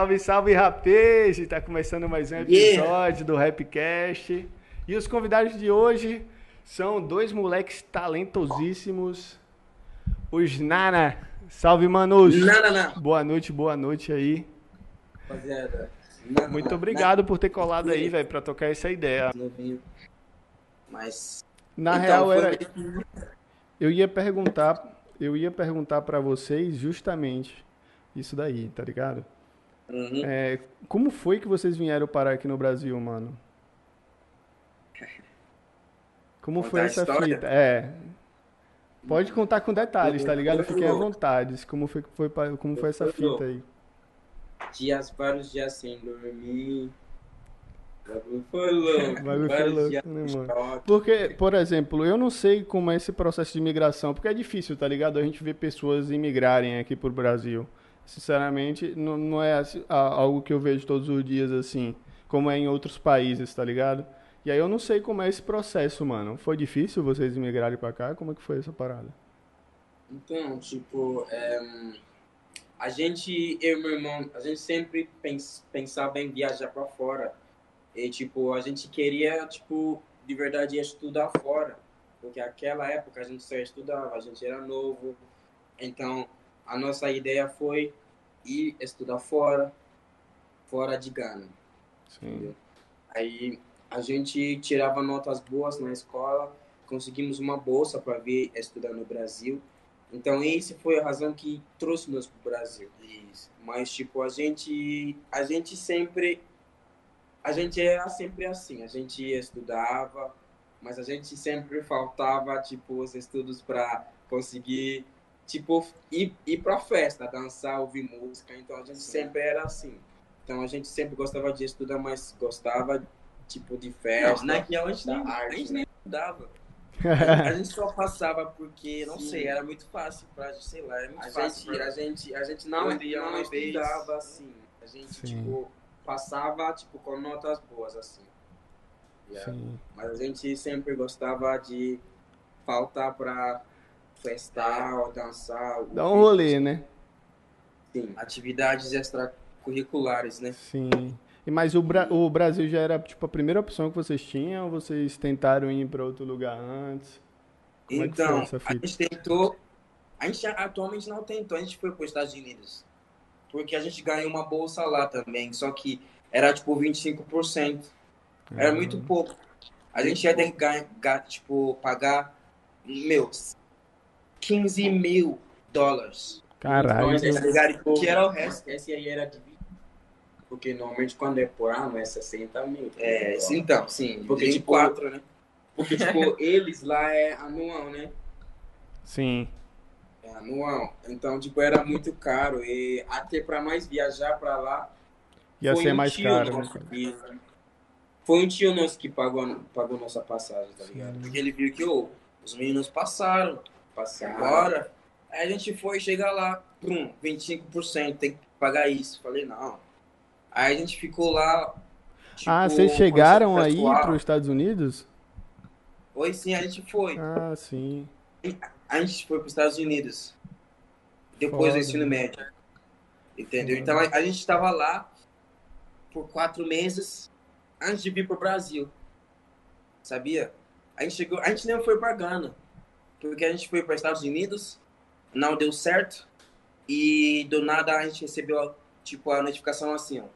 Salve, salve, rapaz! Tá começando mais um Yeah! episódio do Rapcast. E os convidados de hoje são dois moleques talentosíssimos. Os Nana. Salve, manos! Não, não, não. Boa noite aí. Rapaziada, não, não, Muito não. Não é obrigado por ter colado aí, que velho, pra tocar essa ideia. novinho, mas... Na Então, real, foi era. meio que... Eu ia perguntar pra vocês justamente isso daí, tá ligado? Uhum. Como foi que vocês vieram parar aqui no Brasil, mano? Como foi Contar a essa fita? história. Pode contar com detalhes, tá ligado? Foi Fiquem à louco. vontade. Como foi essa Foi fita louco. aí? Vários dias sem dormir. Foi O louco. bagulho foi Vários louco, dias né, em mano? choque. Porque, por exemplo, eu não sei como é esse processo de imigração, porque é difícil, tá ligado? A gente vê pessoas imigrarem aqui pro Brasil. Sinceramente, não é algo que eu vejo todos os dias assim, como é em outros países, tá ligado? E aí eu não sei como é esse processo, mano. Foi difícil vocês imigrarem pra cá? Como é que foi essa parada? Então, tipo, eu e meu irmão, a gente sempre pensava em viajar pra fora. E, tipo, a gente queria, tipo, de verdade estudar fora. Porque aquela época a gente só estudava, a gente era novo. Então, a nossa ideia foi ir estudar fora de Gana, Sim. entendeu? Aí a gente tirava notas boas na escola, conseguimos uma bolsa para vir estudar no Brasil. Então, essa foi a razão que trouxe-nos para o Brasil. Isso. Mas, tipo, a gente era sempre assim, a gente estudava, mas a gente sempre faltava, tipo, os estudos para conseguir, tipo, ir pra festa, dançar, ouvir música. Então a gente sempre era assim. Então a gente sempre gostava de estudar, mas gostava, tipo, de festa, não, naquela Da a arte, gente né? nem estudava. A gente só passava porque, não sei, era muito fácil pra, sei lá, era muito fácil. A gente não estudava assim. A gente, Sim, tipo, passava, tipo, com notas boas, assim. Yeah. sim. Mas a gente sempre gostava de faltar pra festar, ou dançar, Dá um ouvir rolê, música. né? Sim, atividades extracurriculares, né? Sim. Mas o Brasil já era tipo a primeira opção que vocês tinham ou vocês tentaram ir para outro lugar antes? Como é que foi Então, essa a fita? gente tentou, a gente atualmente não tentou, a gente foi para os Estados Unidos. Porque a gente ganhou uma bolsa lá também, só que era tipo 25%. Era muito Ah, pouco. A gente ia ter que tipo, pagar, meu, $15 mil. Então, caralho, esse viu? lugar, tipo, que era o resto. Esse aí era dividido. Porque normalmente quando é por ano é 60 mil. Então, sim. Porque, tipo, 4, né? Porque, tipo, eles lá é anual, né? Sim. É anual. Então, tipo, era muito caro. E até para mais viajar para lá, Ia foi ser um mais tio caro, né, nosso cara? foi um tio nosso que pagou nossa passagem, tá ligado? Sim. Porque ele viu que os meninos passaram. Agora, aí a gente foi chegar lá, prum, 25%, tem que pagar isso. Falei, não. Aí a gente ficou lá, Ah, vocês tipo, conhecendo o chegaram aí para os pessoal. Estados Unidos? Oi, sim, a gente foi. Ah, sim. A gente foi para os Estados Unidos, depois do Foda, ensino mano. médio, entendeu? Então Foda. a gente estava lá por 4 meses antes de vir para o Brasil, sabia? A gente nem foi para Gana, porque a gente foi para os Estados Unidos, não deu certo, e do nada a gente recebeu, tipo, a notificação assim, ó,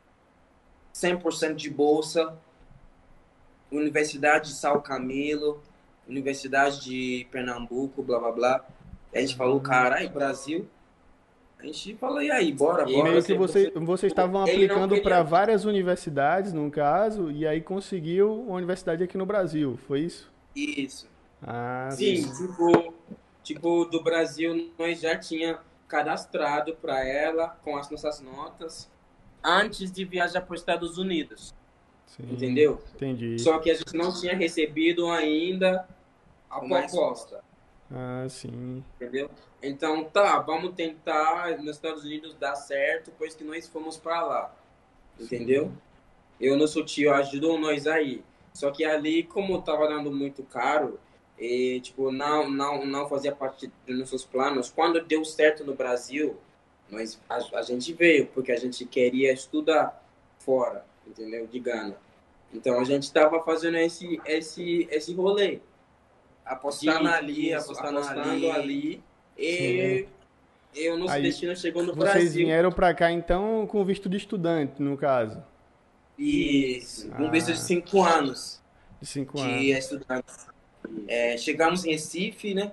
100% de bolsa, Universidade de São Camilo, Universidade de Pernambuco, blá blá blá. E a gente falou, carai, Brasil. A gente falou, e aí, bora, E bora. meio que vocês estavam Ele não aplicando para queria. várias universidades, no caso, e aí conseguiu uma universidade aqui no Brasil, foi isso? Isso. Ah, Sim, sim. tipo, do Brasil nós já tinha cadastrado para ela com as nossas notas antes de viajar para os Estados Unidos, Sim, entendeu? entendi. Só que a gente não tinha recebido ainda a proposta. Ah, sim. Entendeu? Então, tá, vamos tentar nos Estados Unidos dar certo, pois que nós fomos para lá. Entendeu? Sim. Eu, nosso tio, ajudou nós aí. Só que ali, como tava dando muito caro, e, tipo, não fazia parte dos nossos planos. Quando deu certo no Brasil, Mas a gente veio porque a gente queria estudar fora, entendeu? De Gana. Então a gente estava fazendo esse rolê. Apostando ali, apostando ali. Sim. E o nosso Aí destino chegou no vocês Brasil. vieram pra cá então com visto de estudante, no caso. Isso, um visto de Ah, 5 anos de 5 anos. de estudante. Chegamos em Recife, né?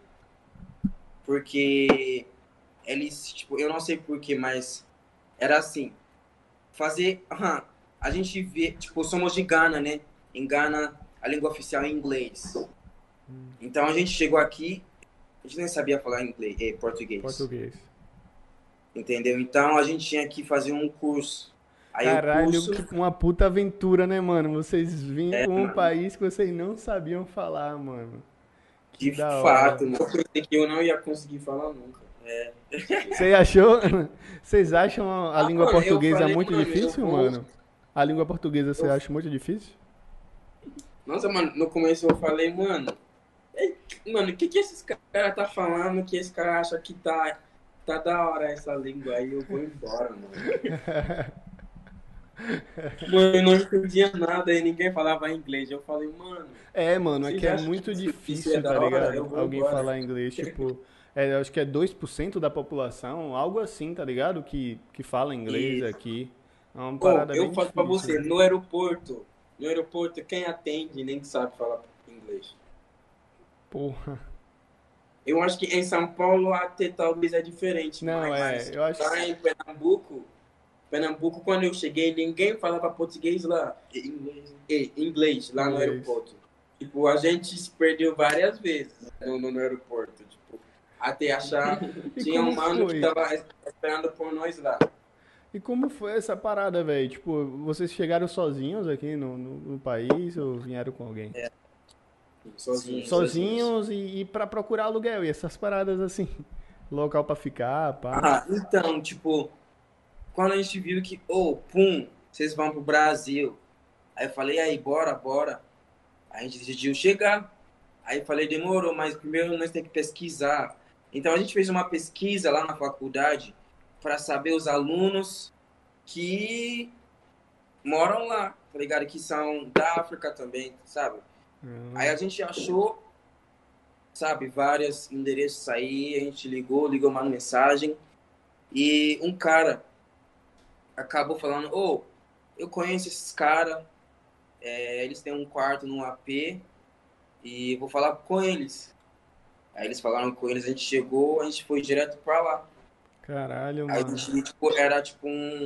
Porque eles, tipo, eu não sei porquê, mas era assim, fazer, a gente vê, tipo, somos de Gana, né? Em Gana, a língua oficial é inglês. Então a gente chegou aqui, a gente nem sabia falar inglês, português, Português. entendeu? Então a gente tinha que fazer um curso. Aí o Caralho, curso, que uma puta aventura, né, mano? Vocês vinham pra um mano, país que vocês não sabiam falar, mano. Que de da hora. fato, mano, eu pensei que eu não ia conseguir falar nunca. Você achou? Vocês acham a língua Mano, eu portuguesa falei, muito mano, eu difícil, vou. mano? A língua portuguesa você eu- acha muito difícil? Nossa, mano, no começo eu falei, mano, mano, o que esses caras tá falando que esse cara acha que tá da hora essa língua aí, eu vou embora, mano. Mano, eu não entendia nada e ninguém falava inglês. Eu falei, mano, É, mano, é vocês que é acham que muito isso é difícil, tá da hora? Eu ligado? vou Alguém embora. falar inglês, tipo, eu acho que é 2% da população, algo assim, tá ligado? Que fala inglês E, aqui. É uma pô, parada bem eu falo pra difícil, você, né? no aeroporto, quem atende nem sabe falar inglês. Porra. Eu acho que em São Paulo até talvez é diferente, Não, mas eu acho. lá em Pernambuco, quando eu cheguei, ninguém falava português lá, inglês lá no Inglês. aeroporto. Tipo, a gente se perdeu várias vezes no aeroporto, tipo, até achar, E tinha como um mano que foi? tava esperando por nós lá. E como foi essa parada, velho? Tipo, vocês chegaram sozinhos aqui no país ou vieram com alguém? Sozinhos. Sozinhos e pra procurar aluguel e essas paradas assim. Local pra ficar, pá. Então, tipo, quando a gente viu que, pum, vocês vão pro Brasil. Aí eu falei, aí, bora. Aí a gente decidiu chegar. Aí eu falei, demorou, mas primeiro nós temos que pesquisar. Então a gente fez uma pesquisa lá na faculdade para saber os alunos que moram lá, tá ligado? Que são da África também, sabe? Aí a gente achou, sabe, vários endereços aí, a gente ligou uma mensagem e um cara acabou falando, eu conheço esses caras, eles têm um quarto num AP e vou falar com eles. Aí eles falaram com eles, a gente chegou, a gente foi direto pra lá. Caralho, Aí a mano. gente, tipo, era tipo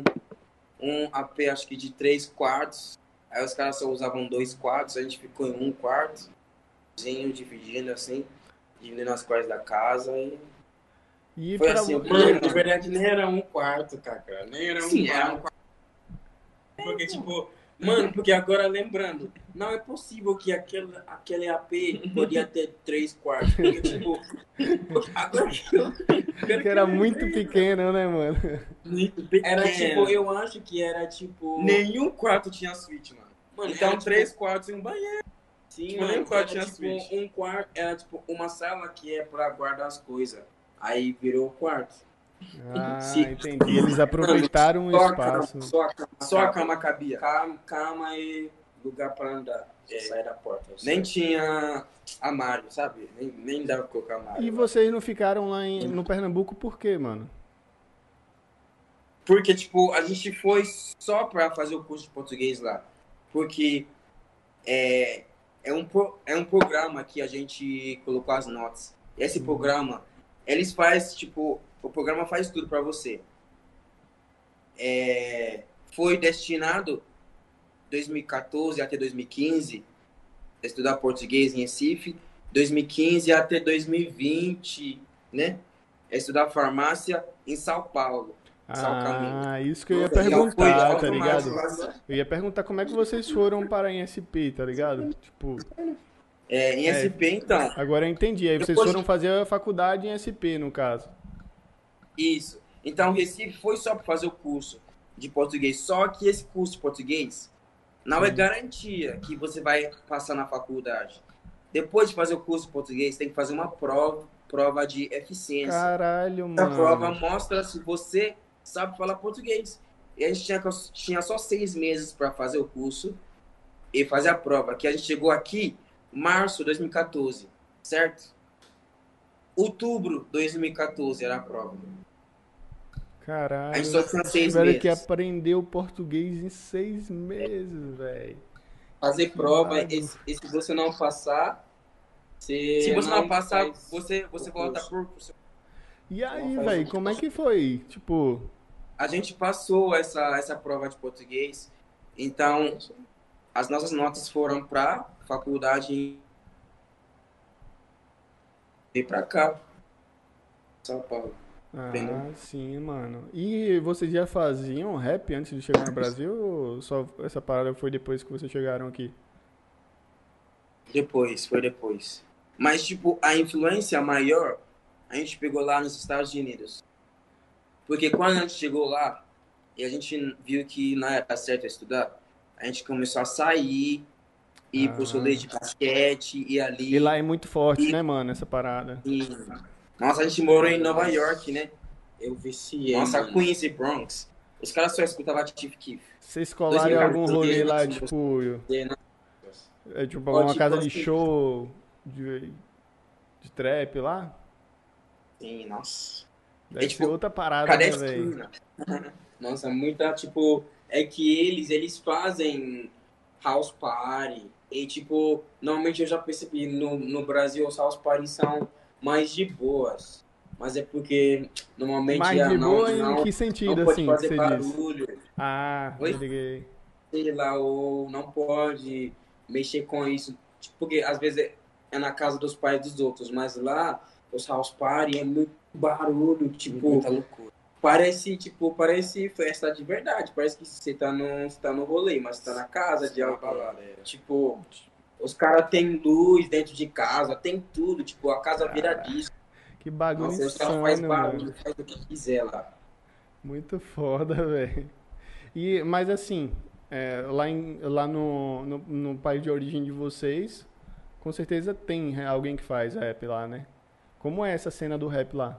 um AP, acho que de 3 quartos. Aí os caras só usavam 2 quartos, a gente ficou em um quarto, dividindo assim, dividindo as coisas da casa. E E foi pra. assim, mano, de verdade nem era um quarto, cara. Nem era Sim, é era um quarto. Porque, tipo, mano, porque agora lembrando, não é possível que aquele AP podia ter 3 quartos. Porque, tipo, agora Que era muito pequeno, né, mano? muito pequeno. Era tipo, eu acho que era tipo. Nenhum quarto tinha suíte, mano. Então, era, 3 quartos e um banheiro. Sim, tipo, nenhum quarto tinha suíte. Um quarto, era tipo uma sala que é pra guardar as coisas. Aí virou quarto. Ah, entendi. Eles aproveitaram o espaço. Só a cama cabia. Cama e lugar pra andar. Sair da porta. Nem tinha armário, sabe? Nem dava pra colocar armário. E vocês não ficaram lá no Pernambuco por quê, mano? Porque, tipo, a gente foi só pra fazer o curso de português lá. Porque é um programa que a gente colocou as notas. Esse programa, eles fazem, tipo, o programa faz tudo pra você. Foi destinado 2014 até 2015 a estudar português em Recife, 2015 até 2020, né? A estudar farmácia em São Paulo. Ah, isso que eu ia perguntar, tá ligado? Eu ia perguntar como é que vocês foram para em SP, tá ligado? Tipo. Em SP, então. Agora eu entendi. Aí vocês foram fazer a faculdade em SP, no caso. Isso. Então, Recife foi só para fazer o curso de português. Só que esse curso de português não é garantia que você vai passar na faculdade. Depois de fazer o curso de português, tem que fazer uma prova prova de eficiência. Caralho, A prova mano. mostra se você sabe falar português. E a gente tinha só 6 meses para fazer o curso e fazer a prova. Que a gente chegou aqui em março de 2014, certo? Outubro de 2014 era a prova. A gente Caralho, só tinha vocês seis tiveram que meses. aprender o português em 6 meses, velho. Fazer Que prova, bagulho. e se você não passar, Você se você não não passar, faz você o volta curso. por. E Não aí, faz o velho, como é que foi? Tipo, A gente passou essa prova de português, então as nossas notas foram para faculdade e para cá, São Paulo. Entendeu? sim, mano. E vocês já faziam rap antes de chegar no Brasil ou só essa parada foi depois que vocês chegaram aqui? Depois, foi depois. Mas, tipo, a influência maior a gente pegou lá nos Estados Unidos. Porque quando a gente chegou lá e a gente viu que não era certo estudar, a gente começou a sair, ir pro rolê Ah. de basquete, ir E lá ali. é muito forte, E, né, mano, essa parada. e... Nossa, a gente morou em Nova York, né? Eu viciei, Nossa, mano. Queens e Bronx. Os caras só escutavam Chief Keef. Vocês colaram em algum 2014, rolê lá, não tipo, Você não- é tipo Ó, alguma tipo casa de assim, show de trap lá? sim, nossa. É Deve ser tipo, outra parada, cada né, velho? esquina. Nossa, muita, tipo, é que eles fazem house party. E, tipo, normalmente eu já percebi, no Brasil os house parties são mais de boas. Mas é porque, normalmente, Mais de não, boa em não, que não sentido, pode assim, que fazer você diz? barulho. Ah, me Oi? liguei. Sei lá, ou não pode mexer com isso. Tipo, porque às vezes é na casa dos pais dos outros, mas lá os house party é muito barulho, tipo, Muita loucura. parece festa de verdade, parece que você tá no rolê, mas você tá na casa de Uma alguém. balada, é. Tipo, os caras têm luz dentro de casa, tem tudo, tipo, a casa vira Cara, disco. que bagulho Nossa, os caras fazem insano, barulho, mano. faz o que quiser lá. Muito foda, velho. Mas assim, lá no país de origem de vocês, com certeza tem alguém que faz rap lá, né? Como é essa cena do rap lá?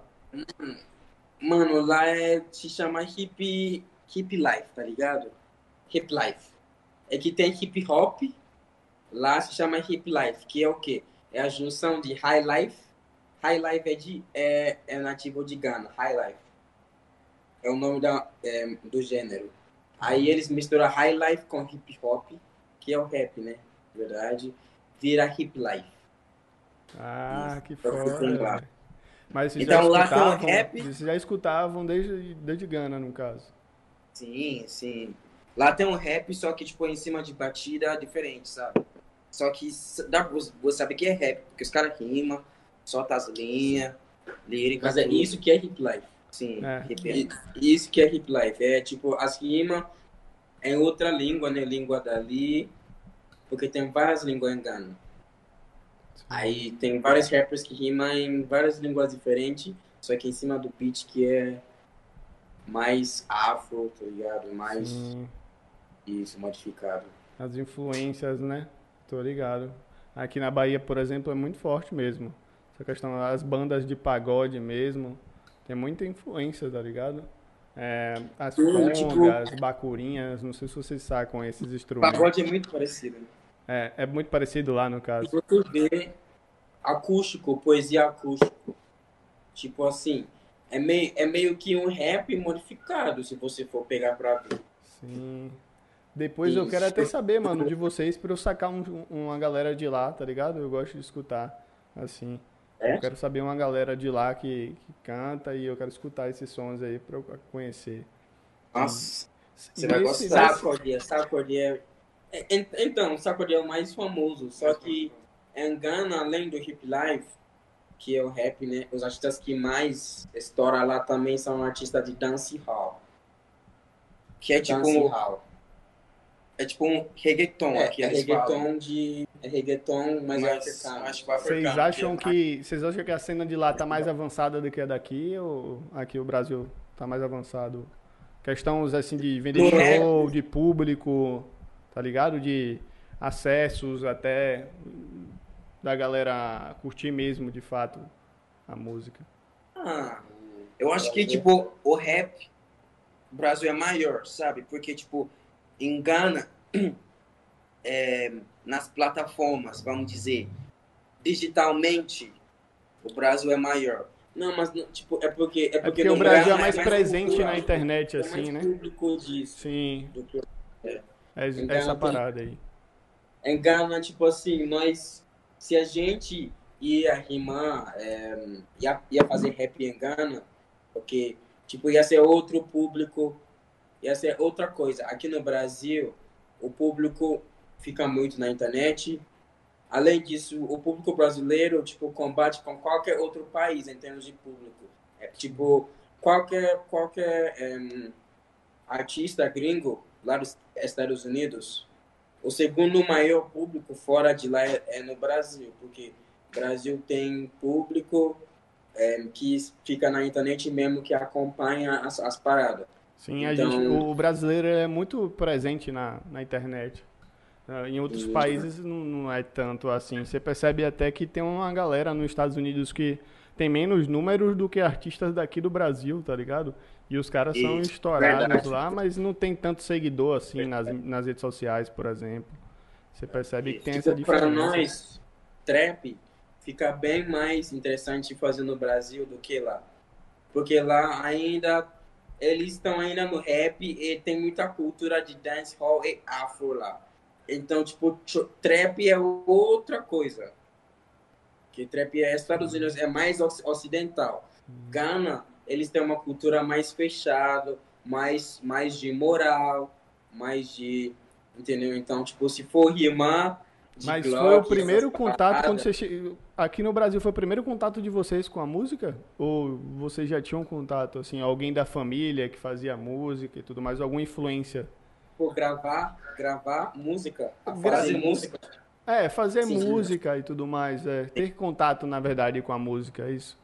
Mano, lá se chama hip life, tá ligado? Hip life. É que tem hip hop, lá se chama hip life, que é o quê? É a junção de high life. High life é nativo de Ghana, high life. É o nome do gênero. Aí eles misturam high life com hip hop, que é o rap, né? Verdade. Vira hip life. Ah, Isso. que É o que tem foda, lá. velho. Mas Então lá tem o rap. vocês já escutavam desde Gana, no caso. Sim, sim. Lá tem um rap, só que, tipo, em cima de batida diferente, sabe? Só que dá pra você saber que é rap, porque os caras rimam, soltam as linhas, líricas, Mas é tudo. isso que é hip life. Sim, É. hip Isso que é hip life. É tipo, as rimas é outra língua, né? Língua dali. Porque tem várias línguas em Ghana. Aí tem vários rappers que rimam em várias línguas diferentes, só que em cima do beat que é mais afro, tá ligado? Mais Sim, isso, modificado. as influências, né? Tô ligado. Aqui na Bahia, por exemplo, é muito forte mesmo. Essa questão das bandas de pagode mesmo, tem muita influência, tá ligado? As Tipo, congas, bacurinhas, não sei se vocês sacam esses instrumentos. pagode é muito parecido, né? É muito parecido lá no Se caso. você vê acústico, poesia acústico, tipo assim, é meio que um rap modificado, se você for pegar pra ver. Sim. Depois eu quero Isso. até saber, mano, de vocês pra eu sacar uma galera de lá, tá ligado? Eu gosto de escutar, assim. Eu É? quero saber uma galera de lá que canta e eu quero escutar esses sons aí pra eu conhecer. Nossa, você E vai esse, gostar. Sarkodie então, o Sarkodie é o mais famoso, só que em Ghana, além do hip life, que é o rap, né? Os artistas que mais estouram lá também são artistas de dancehall. Que é Dancehall. tipo um reggaeton que eles falam. É reggaeton, mas é Mas africano. acho que o africano. vocês acham que a cena de lá tá mais avançada do que a daqui ou aqui o Brasil tá mais avançado? Questões assim de vender No show, de público, tá ligado? De acessos até da galera curtir mesmo, de fato. a música? Ah, eu acho que, tipo, o rap, o Brasil é maior, sabe? Porque, tipo, em Gana, nas plataformas, vamos dizer, digitalmente, o Brasil é maior. Não, mas tipo, é É porque porque o no Brasil é Gana mais é mais presente na cultural, internet, tem mais assim, né? público disso Sim, do que é. Em essa Gana tem, parada aí. em Gana, tipo assim, se a gente ia rimar, ia fazer rap em Gana, porque, tipo, ia ser outro público, ia ser outra coisa. Aqui no Brasil, o público fica muito na internet. Além disso, o público brasileiro, tipo, combate com qualquer outro país em termos de público. Tipo, qualquer artista gringo lá dos Estados Unidos, o segundo maior público fora de lá é no Brasil, porque o Brasil tem público que fica na internet mesmo, que acompanha as paradas. Sim, Então, o brasileiro é muito presente na internet. Em outros países não é tanto assim. Você percebe até que tem uma galera nos Estados Unidos que tem menos números do que artistas daqui do Brasil, tá ligado? E os caras são Isso, estourados verdade. lá, mas não tem tanto seguidor assim nas redes sociais, por exemplo. Você percebe que tem essa tipo, para diferença. nós, trap fica bem mais interessante fazer no Brasil do que lá. Porque lá ainda eles estão ainda no rap e tem muita cultura de dancehall e afro lá. Então, tipo, trap é outra coisa. Que trap é Estados Unidos, é mais ocidental. Ghana, eles têm uma cultura mais fechada, mais de moral, mais de, entendeu? Então, tipo, se for rimar de Mas foi o Glock, essas primeiro contato quando paradas, você aqui no Brasil foi o primeiro contato de vocês com a música? Ou vocês já tinham contato assim, alguém da família que fazia música e tudo mais, alguma influência? por gravar música, a Gra- fazer música, fazer sim, música e tudo mais, ter contato na verdade com a música, é isso.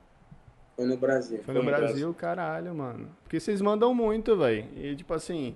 foi no Brasil. Foi no Brasil, caralho, mano. Porque vocês mandam muito, velho. E tipo assim,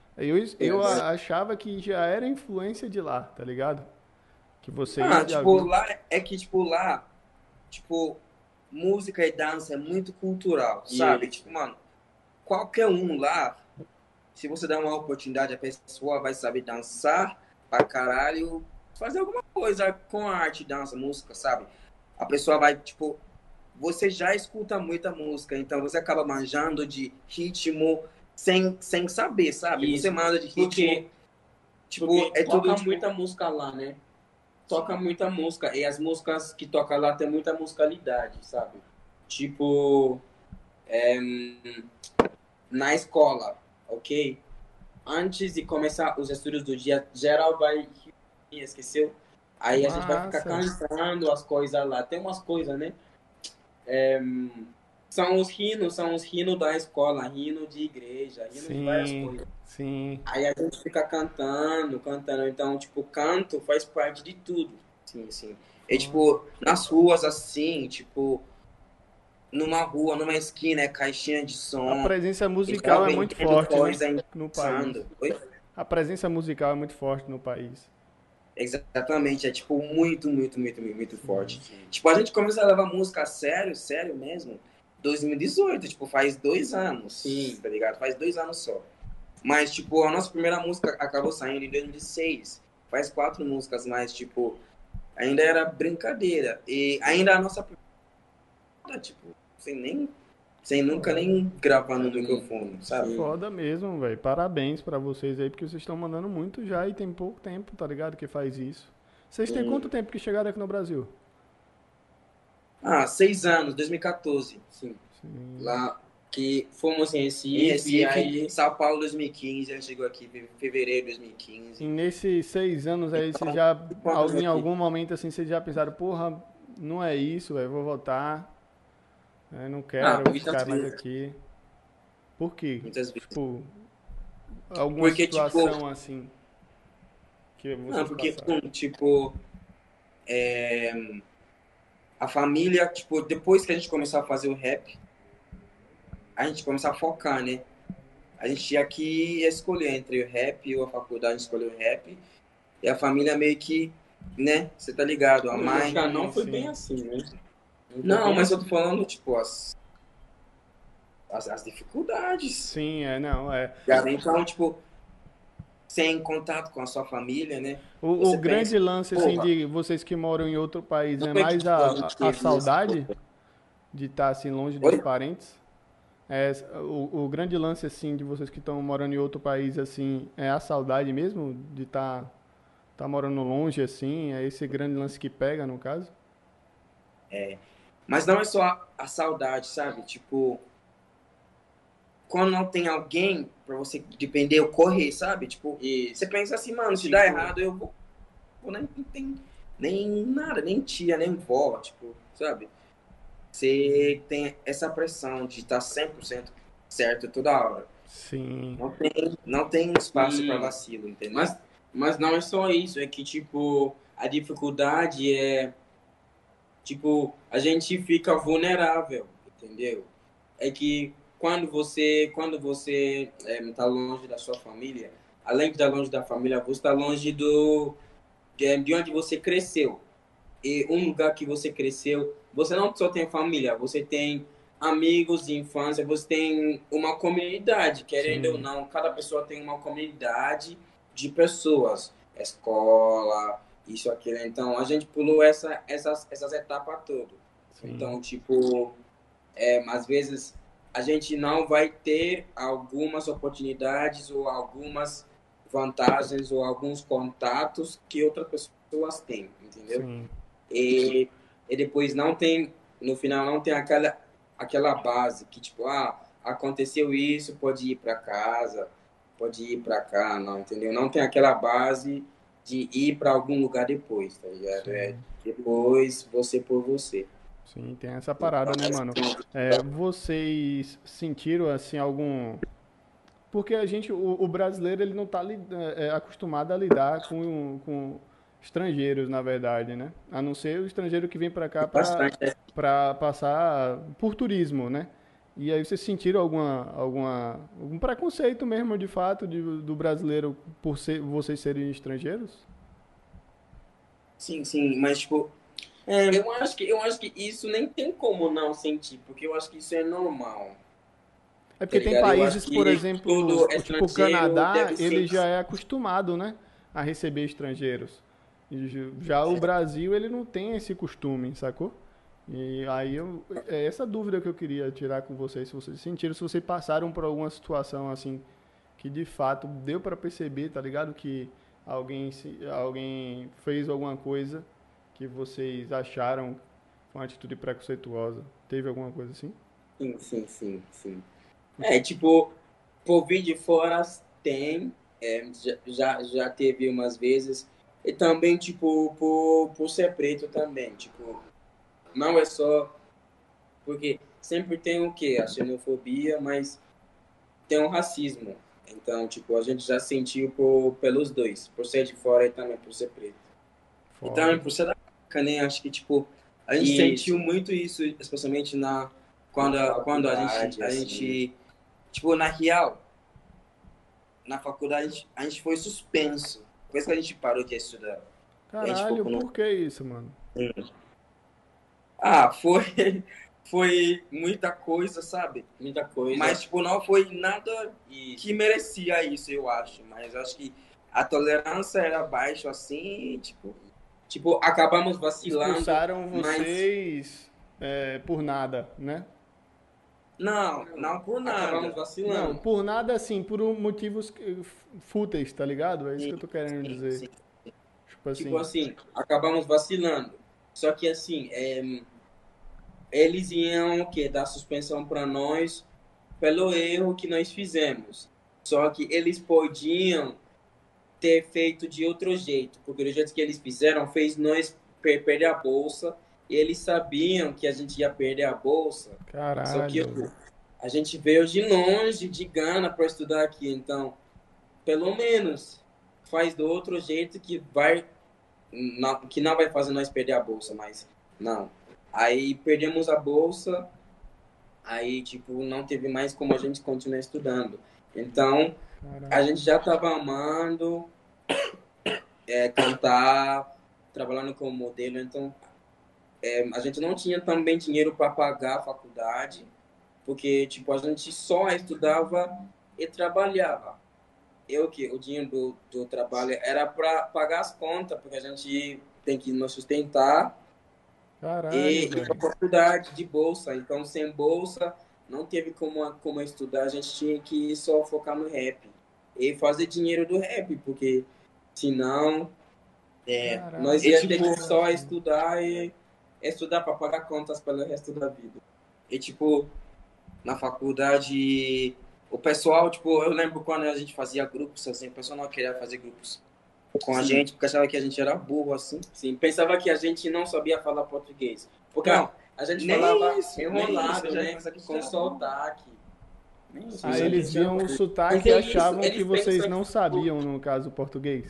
eu achava que já era influência de lá, tá ligado? Que vocês já Tipo, vinham. lá é que, tipo, lá, tipo, música e dança é muito cultural, sabe? Tipo, mano, qualquer um lá, se você der uma oportunidade, a pessoa vai saber dançar pra caralho, fazer alguma coisa com a arte, dança, música, sabe? A pessoa vai, tipo, você já escuta muita música, então você acaba manjando de ritmo sem saber, sabe? Isso. Você manda de ritmo, Porque, tipo, porque é tudo, toca tipo, muita música lá, né? Toca muita música. E as músicas que toca lá tem muita musicalidade, sabe? Tipo, na escola, ok? Antes de começar os estudos do dia, geral vai. Esqueceu? Aí a gente vai ficar Massa. cantando as coisas lá. Tem umas coisas, né? São os hinos da escola, hino de igreja, hino de várias Sim, coisas. sim. Aí a gente fica cantando. Então, tipo, canto faz parte de tudo. sim, sim. E, tipo, nas ruas, assim, tipo, numa rua, numa esquina, é caixinha de A som, presença e tá musical é muito vendendo forte, né? coisa, No país. dançando. Oi? A presença musical é muito forte no país. Exatamente, é tipo muito forte. Tipo, a gente começou a levar música a sério, sério mesmo, 2018, tipo, faz 2 anos. Sim. Tá ligado? Faz 2 anos só. Mas, tipo, a nossa primeira música acabou saindo em 2016. Faz 4 músicas, mas, tipo, ainda era brincadeira. E ainda a nossa. Tipo, sem nunca nem gravar no microfone, sabe? Foda mesmo, velho. Parabéns pra vocês aí, porque vocês estão mandando muito já e tem pouco tempo, tá ligado? Que faz isso. Vocês têm quanto tempo que chegaram aqui no Brasil? 6 anos, 2014. Sim. Sim. Lá que fomos em Em Recife, Recife, aí São Paulo 2015, a gente chegou aqui em fevereiro de 2015. E nesses 6 anos aí, vocês já, quantos em aqui? algum momento assim, vocês já pensaram, porra, não é isso, velho, vou voltar. Eu não quero muitas ficar mais vezes. aqui. Por quê? Muitas vezes. Tipo, alguma Porque, tipo, situação assim que não, vocês porque, passaram. tipo, a família, tipo, depois que a gente começou a fazer o rap, a gente começou a focar, né? A gente tinha que escolher entre o rap ou a faculdade, escolheu o rap. E a família meio que, né? Você tá ligado? A mãe. Já não foi sim. bem assim, né? Não, mas eu tô falando, tipo, as dificuldades. Sim, não, é. Então, tipo, sem contato com a sua família, né? O Você pensa, grande lance, assim, porra, de vocês que moram em outro país não é é que mais tipo, a gente a teve isso. saudade de estar, assim, longe dos Oi? parentes? É, o grande lance, assim, de vocês que estão morando em outro país, assim, é a saudade mesmo de tá morando longe, assim? É esse grande lance que pega, no caso? Mas não é só a saudade, sabe? Tipo, quando não tem alguém pra você depender ou correr, sabe? Tipo, você Isso. pensa assim, mano, se Tipo, dá errado, eu vou nem tem nem nada, nem tia, nem vó, tipo, sabe? Você tem essa pressão de estar 100% certo toda hora. Sim, Não tem espaço para sim. vacilo, entendeu? Mas não é só isso, é que, tipo, a dificuldade é, tipo, a gente fica vulnerável, entendeu? É que quando você tá longe da sua família, além de estar longe da família, você está longe de onde você cresceu. E um lugar que você cresceu, você não só tem família, você tem amigos de infância, você tem uma comunidade, querendo ou sim, não, cada pessoa tem uma comunidade de pessoas, escola, isso, aquilo. Então, a gente pulou essas etapas todas. sim, Então, tipo, às vezes a gente não vai ter algumas oportunidades ou algumas vantagens ou alguns contatos que outras pessoas têm, entendeu? sim. E, e depois não tem, no final não tem aquela base que tipo, aconteceu isso, pode ir para casa, pode ir para cá, não, entendeu? Não tem aquela base de ir para algum lugar depois, tá ligado? É Sim. depois você por você. Sim, tem essa Então, parada, né, mano? É, vocês sentiram, assim, algum... Porque a gente, o brasileiro, ele não tá acostumado a lidar com estrangeiros, na verdade, né? A não ser o estrangeiro que vem pra cá bastante. pra passar por turismo, né? E aí vocês sentiram algum preconceito mesmo, de fato, do brasileiro por vocês serem estrangeiros? Sim, sim, mas tipo, Eu acho que isso nem tem como não sentir, porque eu acho que isso é normal, É tá porque tem ligado? Eu acho países, por que exemplo, todo tipo o estrangeiro Canadá, deve ele ser. já é acostumado, né, a receber estrangeiros. E já o Brasil, ele não tem esse costume, sacou? E aí é essa dúvida que eu queria tirar com vocês, se vocês sentiram, se vocês passaram por alguma situação assim que de fato deu pra perceber, tá ligado? Que alguém fez alguma coisa que vocês acharam uma atitude preconceituosa. Teve alguma coisa assim? Sim, sim, sim, sim. Tipo, por vir de fora tem, já teve umas vezes, e também, tipo, por ser preto também, tipo, não é só, porque sempre tem o quê? A xenofobia, mas tem o racismo. Então, tipo, a gente já sentiu pelos dois, por ser de fora e também por ser preto. e também Foda. por ser da África, né? Acho que, tipo, a gente sentiu Isso, muito isso, especialmente na quando faculdade, a assim, gente, tipo, na real, na faculdade, a gente foi suspenso. Por isso que a gente parou de estudar. A gente Caralho, focou no. por que isso, mano? Foi, foi muita coisa, sabe? muita coisa. Mas, tipo, não foi nada Isso. que merecia isso, eu acho. Mas eu acho que a tolerância era baixa, assim, tipo. Tipo, acabamos vacilando, Expulsaram mas vocês por nada, né? Não, não por acabamos nada. Não, vacilando. por nada assim, por motivos fúteis, tá ligado? É isso Sim, que eu tô querendo sim, dizer. sim. Tipo Tipo assim, assim, acabamos vacilando. Só que assim, eles iam o quê? Dar suspensão para nós pelo erro que nós fizemos. Só que eles podiam ter feito de outro jeito, porque do jeito que eles fizeram fez nós perder a bolsa. E eles sabiam que a gente ia perder a bolsa. Só que caralho. a gente veio de longe, de Gana, para estudar aqui. Então, pelo menos faz do outro jeito que não vai fazer nós perder a bolsa, mas não. Aí perdemos a bolsa, aí tipo não teve mais como a gente continuar estudando. Então a Caralho. gente já estava amando cantar, trabalhando como modelo, então a gente não tinha também dinheiro para pagar a faculdade, porque, tipo, a gente só estudava e trabalhava. O dinheiro do trabalho era para pagar as contas, porque a gente tem que nos sustentar e Caralho, ir para velho. a faculdade de bolsa. Então, sem bolsa, não teve como estudar, a gente tinha que só focar no rap e fazer dinheiro do rap, porque senão Caralho, nós que ia ter que interessante. só estudar e estudar para pagar contas pelo resto da vida. E, tipo, na faculdade, o pessoal, tipo, eu lembro quando a gente fazia grupos, assim, o pessoal não queria fazer grupos com a Sim. gente, porque achava que a gente era burro, assim. Sim, pensava que a gente não sabia falar português. Porque Não, a gente nem falava isso, enrolado, já né? pensa que Com já- sotaque. nem isso, Aí já eles que já- viam o Mas sotaque e é isso, achavam que eles vocês pensam não que, sabiam, no caso, português.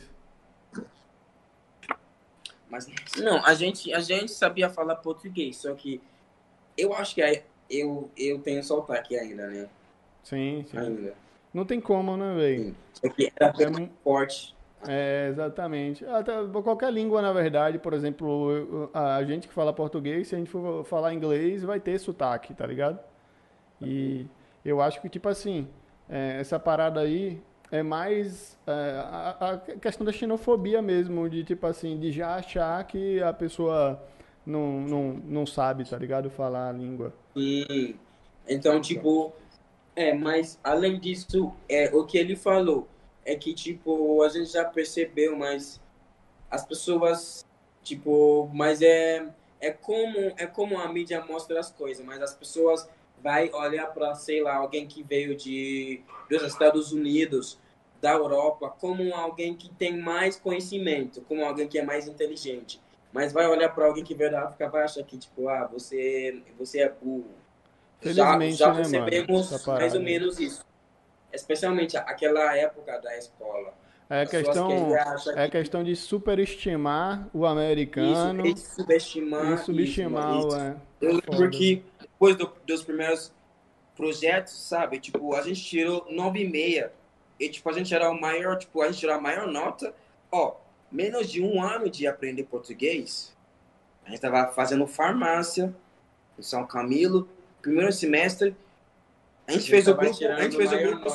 Mas não, a gente sabia falar português, só que eu acho que eu tenho sotaque ainda, né? Sim, sim. Ainda. Não tem como, né, velho? Sim. Só que era É, bem mais forte. exatamente. Até qualquer língua, na verdade, por exemplo, a gente que fala português, se a gente for falar inglês, vai ter sotaque, tá ligado? E eu acho que, tipo assim, essa parada aí é mais a questão da xenofobia mesmo, de tipo assim, de já achar que a pessoa não sabe, tá ligado? Falar a língua. Sim. Então, Então, tipo, mas além disso, o que ele falou é que, tipo, a gente já percebeu, mas as pessoas, tipo, mas é como a mídia mostra as coisas, mas as pessoas vai olhar para, sei lá, alguém que veio dos Estados Unidos, da Europa, como alguém que tem mais conhecimento, como alguém que é mais inteligente. Mas vai olhar para alguém que veio da África, vai achar que, tipo, você é burro. Já felizmente, né, mano? Essa percebemos mais ou parada aí. menos isso. Especialmente aquela época da escola. É a As pessoas queriam questão, achar é a que questão de superestimar o isso, e americano e subestimar isso, mano. subestimar o. Isso. É Eu lembro foda, velho. que depois dos primeiros projetos, sabe? Tipo, a gente tirou 9,5. E, tipo, a gente era o maior, tipo, a gente tirou a maior nota. Ó, menos de um ano de aprender português, a gente tava fazendo farmácia em São Camilo, primeiro semestre. A gente fez o grupo, a gente fez o grupo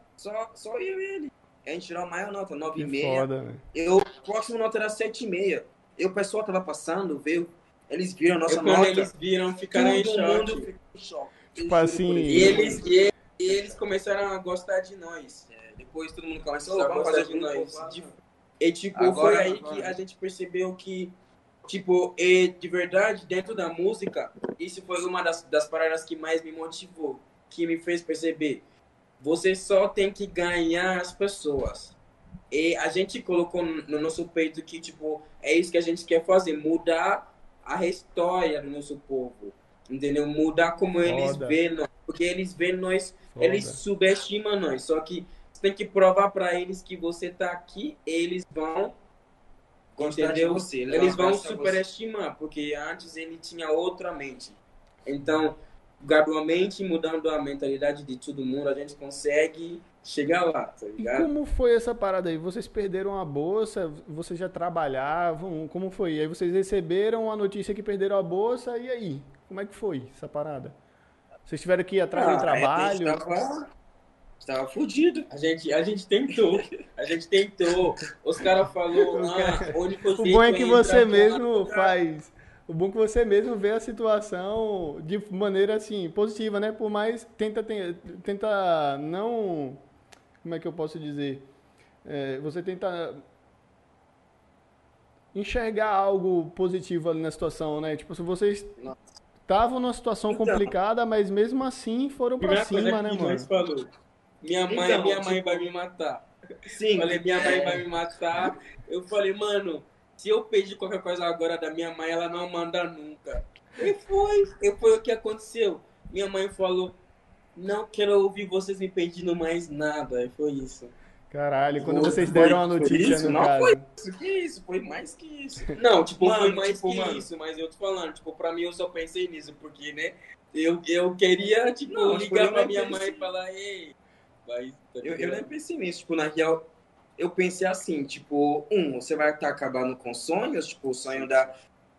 só eu e ele. A gente tirou a maior nota, Que 9,5. foda, velho. Eu, a próxima nota era 7,5. E o pessoal tava passando, veio, eles viram a nossa quando nota. eles viram, ficaram em Todo mundo choque. ficou em choque. Eu Tipo juro por assim, Deus. E eles começaram a gostar de nós. Depois todo mundo começou a Vamos gostar fazer de grupo. nós. E, tipo, Agora- foi aí agora. que a gente percebeu que, tipo, e de verdade, dentro da música, isso foi uma das paradas que mais me motivou, que me fez perceber. Você só tem que ganhar as pessoas. E a gente colocou no nosso peito que, tipo, é isso que a gente quer fazer, mudar a história do nosso povo, entendeu? Mudar como eles foda, veem nós, porque eles veem nós, eles foda. subestimam nós, só que você tem que provar para eles que você tá aqui, eles vão, Gostar de entendeu? você, né? Eles vão Gostar de você. superestimar, porque antes ele tinha outra mente. Então, gradualmente mudando a mentalidade de todo mundo, a gente consegue chegar lá, tá E ligado? como foi essa parada aí? Vocês perderam a bolsa? Vocês já trabalhavam? Como foi? Aí vocês receberam a notícia que perderam a bolsa, e aí? Como é que foi essa parada? Vocês tiveram que ir atrás de A gente trabalho? tava fudido. A gente tentou. A gente tentou. Os caras falaram, o único O bom é jeito que entrar você por mesmo outro lugar. faz. O bom é que você mesmo vê a situação de maneira assim, positiva, né? Por mais tenta não. Como é que eu posso dizer? Você tenta enxergar algo positivo ali na situação, né? Tipo, se vocês Nossa. estavam numa situação Então, complicada, mas mesmo assim foram pra primeira coisa cima, né, que nós mano? falou. Minha Então, mãe tipo, vai me matar. Sim, Falei, minha mãe vai me matar. Eu falei, mano, se eu pedir qualquer coisa agora da minha mãe, ela não manda nunca. E foi o que aconteceu. Minha mãe falou, não quero ouvir vocês me pedindo mais nada. E foi isso. Caralho, quando Foi- vocês foi- deram a foi notícia, isso? no Não caso. isso, que isso? Foi mais que isso. Não, tipo, Mano, foi mais tipo, que mano. isso, mas eu tô falando, tipo, pra mim eu só pensei nisso, porque, né, eu queria, tipo, Não, tipo, ligar eu pra nem minha pensei. mãe e falar, ei, vai, tá Eu ligado? nem pensei nisso. Tipo, na real, eu pensei assim, tipo, você vai estar acabando com sonhos, tipo, o sonho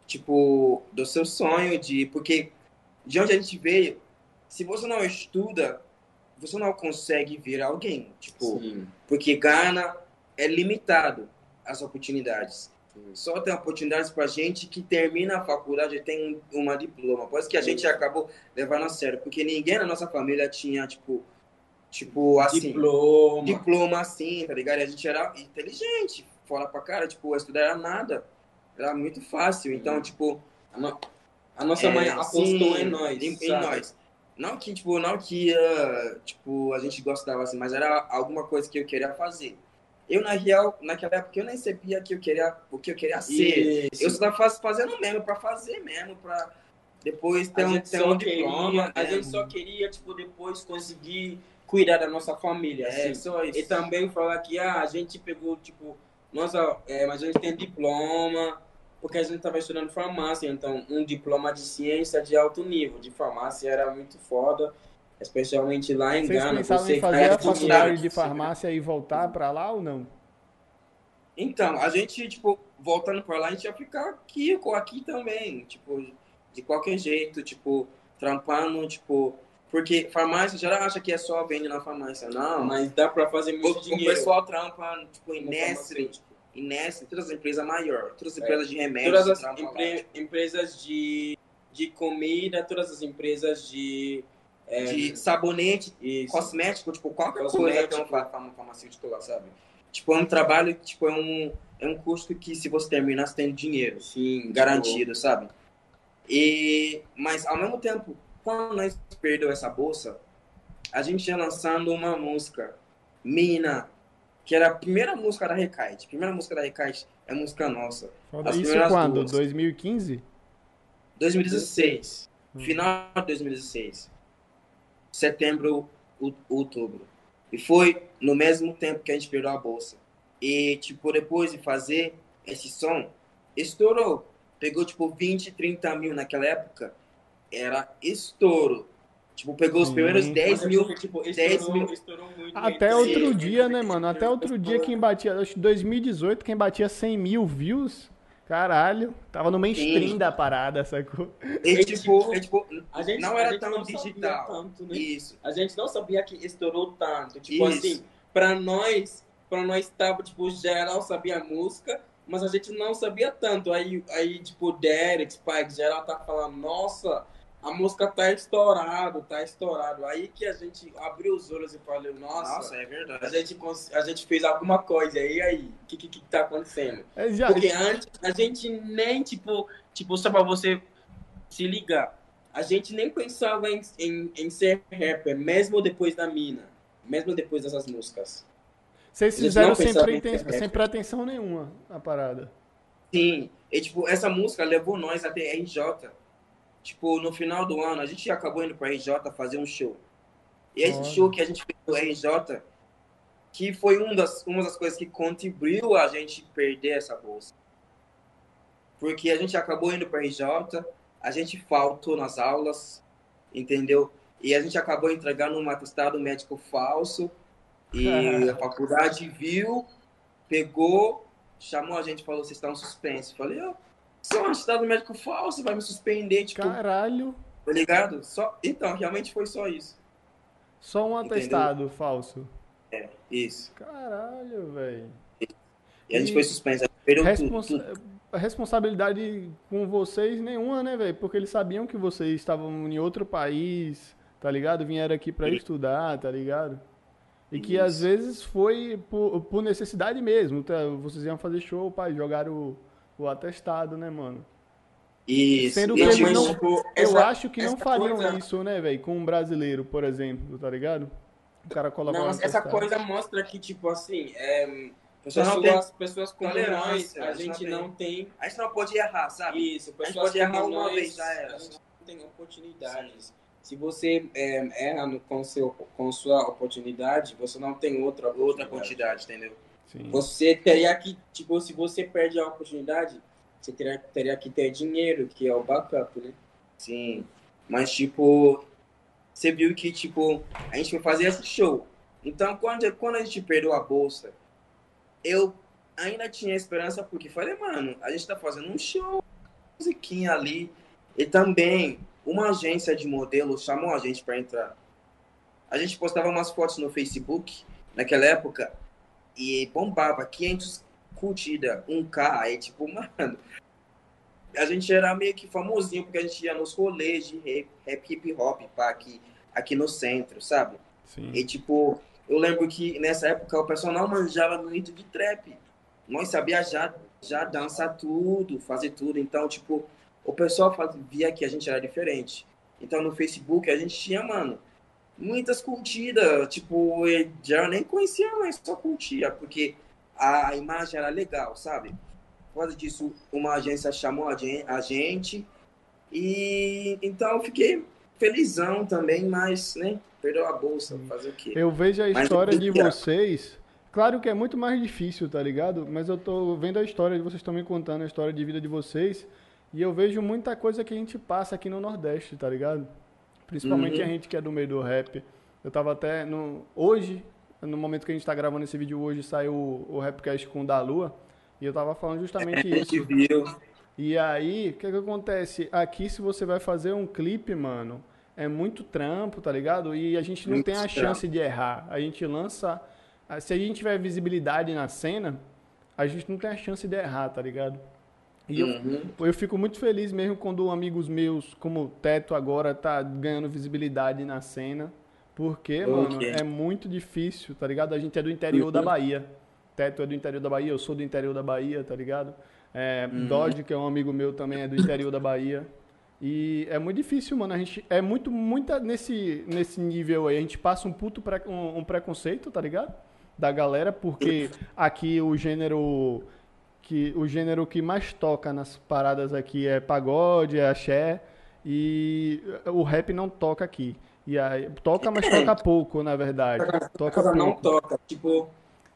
tipo, do seu sonho, porque de onde a gente veio, se você não estuda, você não consegue vir alguém, tipo, Sim. porque Ghana é limitado as oportunidades. Só tem oportunidades para gente que termina a faculdade e tem uma diploma. Por isso que a gente acabou levando a sério, porque ninguém na nossa família tinha, tipo assim, diploma assim, tá ligado? E a gente era inteligente, fora pra cara, tipo, estudar era nada. Era muito fácil. Então, tipo, A nossa mãe apostou sim, em nós, em nós. Não que, tipo, tipo, a gente gostava assim, mas era alguma coisa que eu queria fazer. Eu, na real, naquela época, eu nem sabia o que eu queria ser. Isso. Eu só estava fazendo mesmo, pra fazer mesmo, pra depois ter um diploma. A gente só queria, tipo, depois conseguir cuidar da nossa família, assim. Só isso. E também falar que a gente pegou, tipo, nossa, mas a gente tem diploma, porque a gente estava estudando farmácia, então um diploma de ciência de alto nível, de farmácia era muito foda, especialmente lá em Vocês Gana. pensavam em fazer a faculdade de farmácia e voltar pra lá ou não? Então, a gente, tipo, voltando pra lá, a gente ia ficar aqui também, tipo, de qualquer jeito, tipo, trampando, tipo, porque farmácia já acha que é só vender na farmácia, não. Mas dá pra fazer muito dinheiro. O pessoal trampa, tipo, em Nestlé, todas as empresas maiores, todas as empresas de remédios. Todas as empresas de comida, todas as empresas de sabonete, cosmético, tipo, qualquer coisa que é um farmacêutico lá, sabe? Tipo, é um trabalho, tipo, é um custo que se você terminar, você tem dinheiro. Sim, garantido, tipo... sabe? Mas, ao mesmo tempo, quando nós perdeu essa bolsa, a gente ia lançando uma música, Mina, que era a primeira música da Recaite. A primeira música da Recaite é música nossa. Isso quando? 2015? 2016. Final de 2016. Setembro, outubro. E foi no mesmo tempo que a gente perdeu a bolsa. E, tipo, depois de fazer esse som, estourou. Pegou, tipo, 20, 30 mil naquela época. Era estouro. Tipo, pegou os primeiros 10 mil. Tipo, 10 mil. Estourou muito. Até outro dia, né, mano? Até outro dia quem batia, acho que 2018, quem batia 100 mil views, caralho, tava no mainstream da parada, sacou? Tipo, a gente, não era tão digital. Tanto, né? Isso. A gente não sabia que estourou tanto. Tipo assim, pra nós tava, tipo, geral sabia a música, mas a gente não sabia tanto. Aí tipo, Derek, Spike, geral tá falando, nossa, a música tá estourado. Aí que a gente abriu os olhos e falou, nossa, é verdade. A gente fez alguma coisa. E aí, o que tá acontecendo? Porque antes, a gente nem, tipo, só pra você se ligar, a gente nem pensava em ser rapper, mesmo depois da Mina, mesmo depois dessas músicas. Vocês fizeram sem pretensão nenhuma a parada. Sim, e tipo, essa música levou nós até RJ. Tipo, no final do ano, a gente acabou indo pra RJ fazer um show. E esse show que a gente fez no RJ, que foi uma das coisas que contribuiu a gente perder essa bolsa. Porque a gente acabou indo pra RJ, a gente faltou nas aulas, entendeu? E a gente acabou entregando um atestado médico falso. E a faculdade viu, pegou, chamou a gente e falou, vocês estão suspensos. Eu falei, só um atestado médico falso, vai me suspender, tipo... Caralho! Tá ligado? Então, realmente foi só isso. Só um atestado falso? É, isso. Caralho, velho. E a gente foi suspenso, a gente perdeu tudo. A responsabilidade com vocês nenhuma, né, velho? Porque eles sabiam que vocês estavam em outro país, tá ligado? Vieram aqui pra estudar, tá ligado? E que às vezes foi por necessidade mesmo. Tá? Vocês iam fazer show, pai, jogaram o atestado, né, mano? Isso. Sendo que eles não, eu acho que não fariam isso, né, velho? Com um brasileiro, por exemplo, tá ligado? O cara coloca não, essa coisa mostra que, tipo assim, pessoas como nós, a gente não tem... A gente não pode errar, sabe? Isso, pessoas a gente pode errar uma vez, já era. A gente não tem oportunidades. Sim. Se você erra com sua oportunidade, você não tem outra oportunidade, entendeu? Sim. Você teria que, tipo, se você perde a oportunidade, você teria que ter dinheiro, que é o backup, né? Sim, mas, tipo, você viu que, tipo, a gente foi fazer esse show. Então, quando a gente perdeu a bolsa, eu ainda tinha esperança, porque falei, mano, a gente tá fazendo um show. musiquinha ali. E também, uma agência de modelo chamou a gente para entrar. A gente postava umas fotos no Facebook, naquela época, e bombava 500 curtidas, 1K, aí tipo, mano, a gente era meio que famosinho, porque a gente ia nos rolês de rap hip hop, pá, aqui no centro, sabe? Sim. E tipo, eu lembro que nessa época o pessoal não manjava muito de trap. Nós sabia já dançar tudo, fazer tudo. Então, tipo, o pessoal via que a gente era diferente. Então, no Facebook, a gente tinha, mano, muitas curtidas. Tipo, eu já nem conhecia, mas só curtia, porque a imagem era legal, sabe? Por causa disso, uma agência chamou a gente. E então eu fiquei felizão também, mas, né, perdeu a bolsa, fazer o quê? Eu vejo a Mas história de vocês. Claro que é muito mais difícil, tá ligado? Mas eu tô vendo a história de vocês, estão me contando a história de vida de vocês. E eu vejo muita coisa que a gente passa aqui no Nordeste, tá ligado? Principalmente a gente que é do meio do rap. Eu tava até hoje, no momento que a gente tá gravando esse vídeo hoje, saiu o Rapcast com o da Lua. E eu tava falando justamente a gente isso. viu. E aí, o que acontece? Aqui, se você vai fazer um clipe, mano, é muito trampo, tá ligado? E a gente não Muito tem a trampo. chance de errar. A gente lança. Se a gente tiver visibilidade na cena, a gente não tem a chance de errar, tá ligado? E eu fico muito feliz mesmo quando amigos meus, como o Teto agora, tá ganhando visibilidade na cena. Porque, mano, é muito difícil, tá ligado? A gente é do interior da Bahia. Teto é do interior da Bahia, eu sou do interior da Bahia, tá ligado? Dodge, que é um amigo meu também, é do interior da Bahia. E é muito difícil, mano. A gente é muito nesse nível aí. A gente passa um preconceito, tá ligado? Da galera, porque aqui o gênero que mais toca nas paradas aqui é pagode, é axé, e o rap não toca aqui. E aí, toca, mas toca pouco, na verdade. Toca pouco. Não toca. Tipo,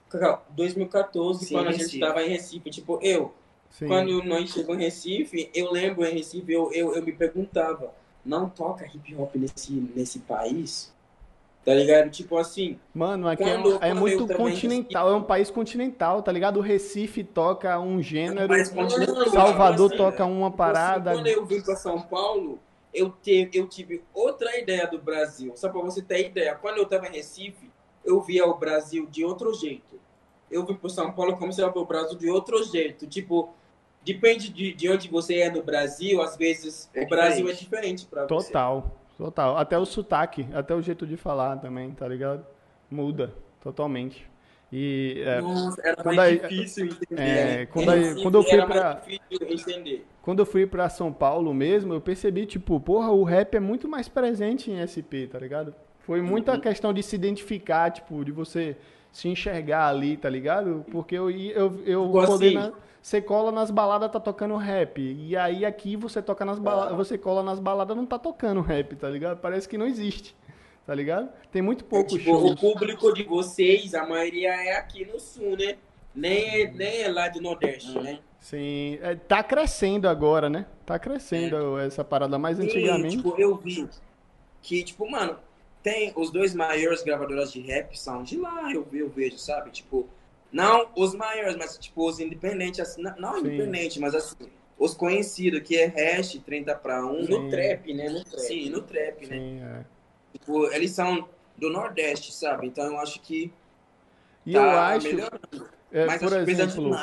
2014, Sim, quando a gente Recife. tava em Recife, tipo, Sim. quando nós chegamos em Recife, eu lembro em Recife, eu me perguntava, não toca hip hop nesse país? Tá ligado? Tipo assim. Mano, aqui quando é eu muito também continental, é um país continental, tá ligado? O Recife toca um gênero, país continental, Salvador assim, toca uma parada. Quando eu vim pra São Paulo, eu tive outra ideia do Brasil. Só pra você ter ideia, quando eu tava em Recife, eu via o Brasil de outro jeito. Eu vim pro São Paulo como se eu via o Brasil de outro jeito. Tipo, depende de onde você é no Brasil, às vezes o Brasil é diferente pra você. Total. Até o sotaque, até o jeito de falar também, tá ligado? Muda totalmente. E Nossa, era quando mais aí- difícil entender. quando eu fui era pra mais difícil entender. quando eu fui pra São Paulo mesmo, eu percebi, tipo, porra, o rap é muito mais presente em SP, tá ligado? Foi muita questão de se identificar, tipo, de você se enxergar ali, tá ligado? Porque eu Assim, você cola nas baladas, tá tocando rap. E aí aqui você toca nas baladas, você cola nas baladas, não tá tocando rap, tá ligado? Parece que não existe, tá ligado? Tem muito poucos tipo, o shows. público de vocês, a maioria é aqui no sul, né? Nem é lá de Nordeste, né? Sim, tá crescendo agora, né? Tá crescendo essa parada mais antigamente. Tipo, eu vi que, tipo, mano, tem os dois maiores gravadoras de rap são de lá, eu vejo, sabe? Tipo, não os maiores, mas tipo, os independentes, assim, não Sim. independentes, mas assim, os conhecidos, que é Hash, 30 para 1. No trap, né? Sim, no trap, né? Sim, Tipo, eles são do Nordeste, sabe? Então eu acho que E tá eu acho, melhorando. Mas por acho que precisa exemplo, demais,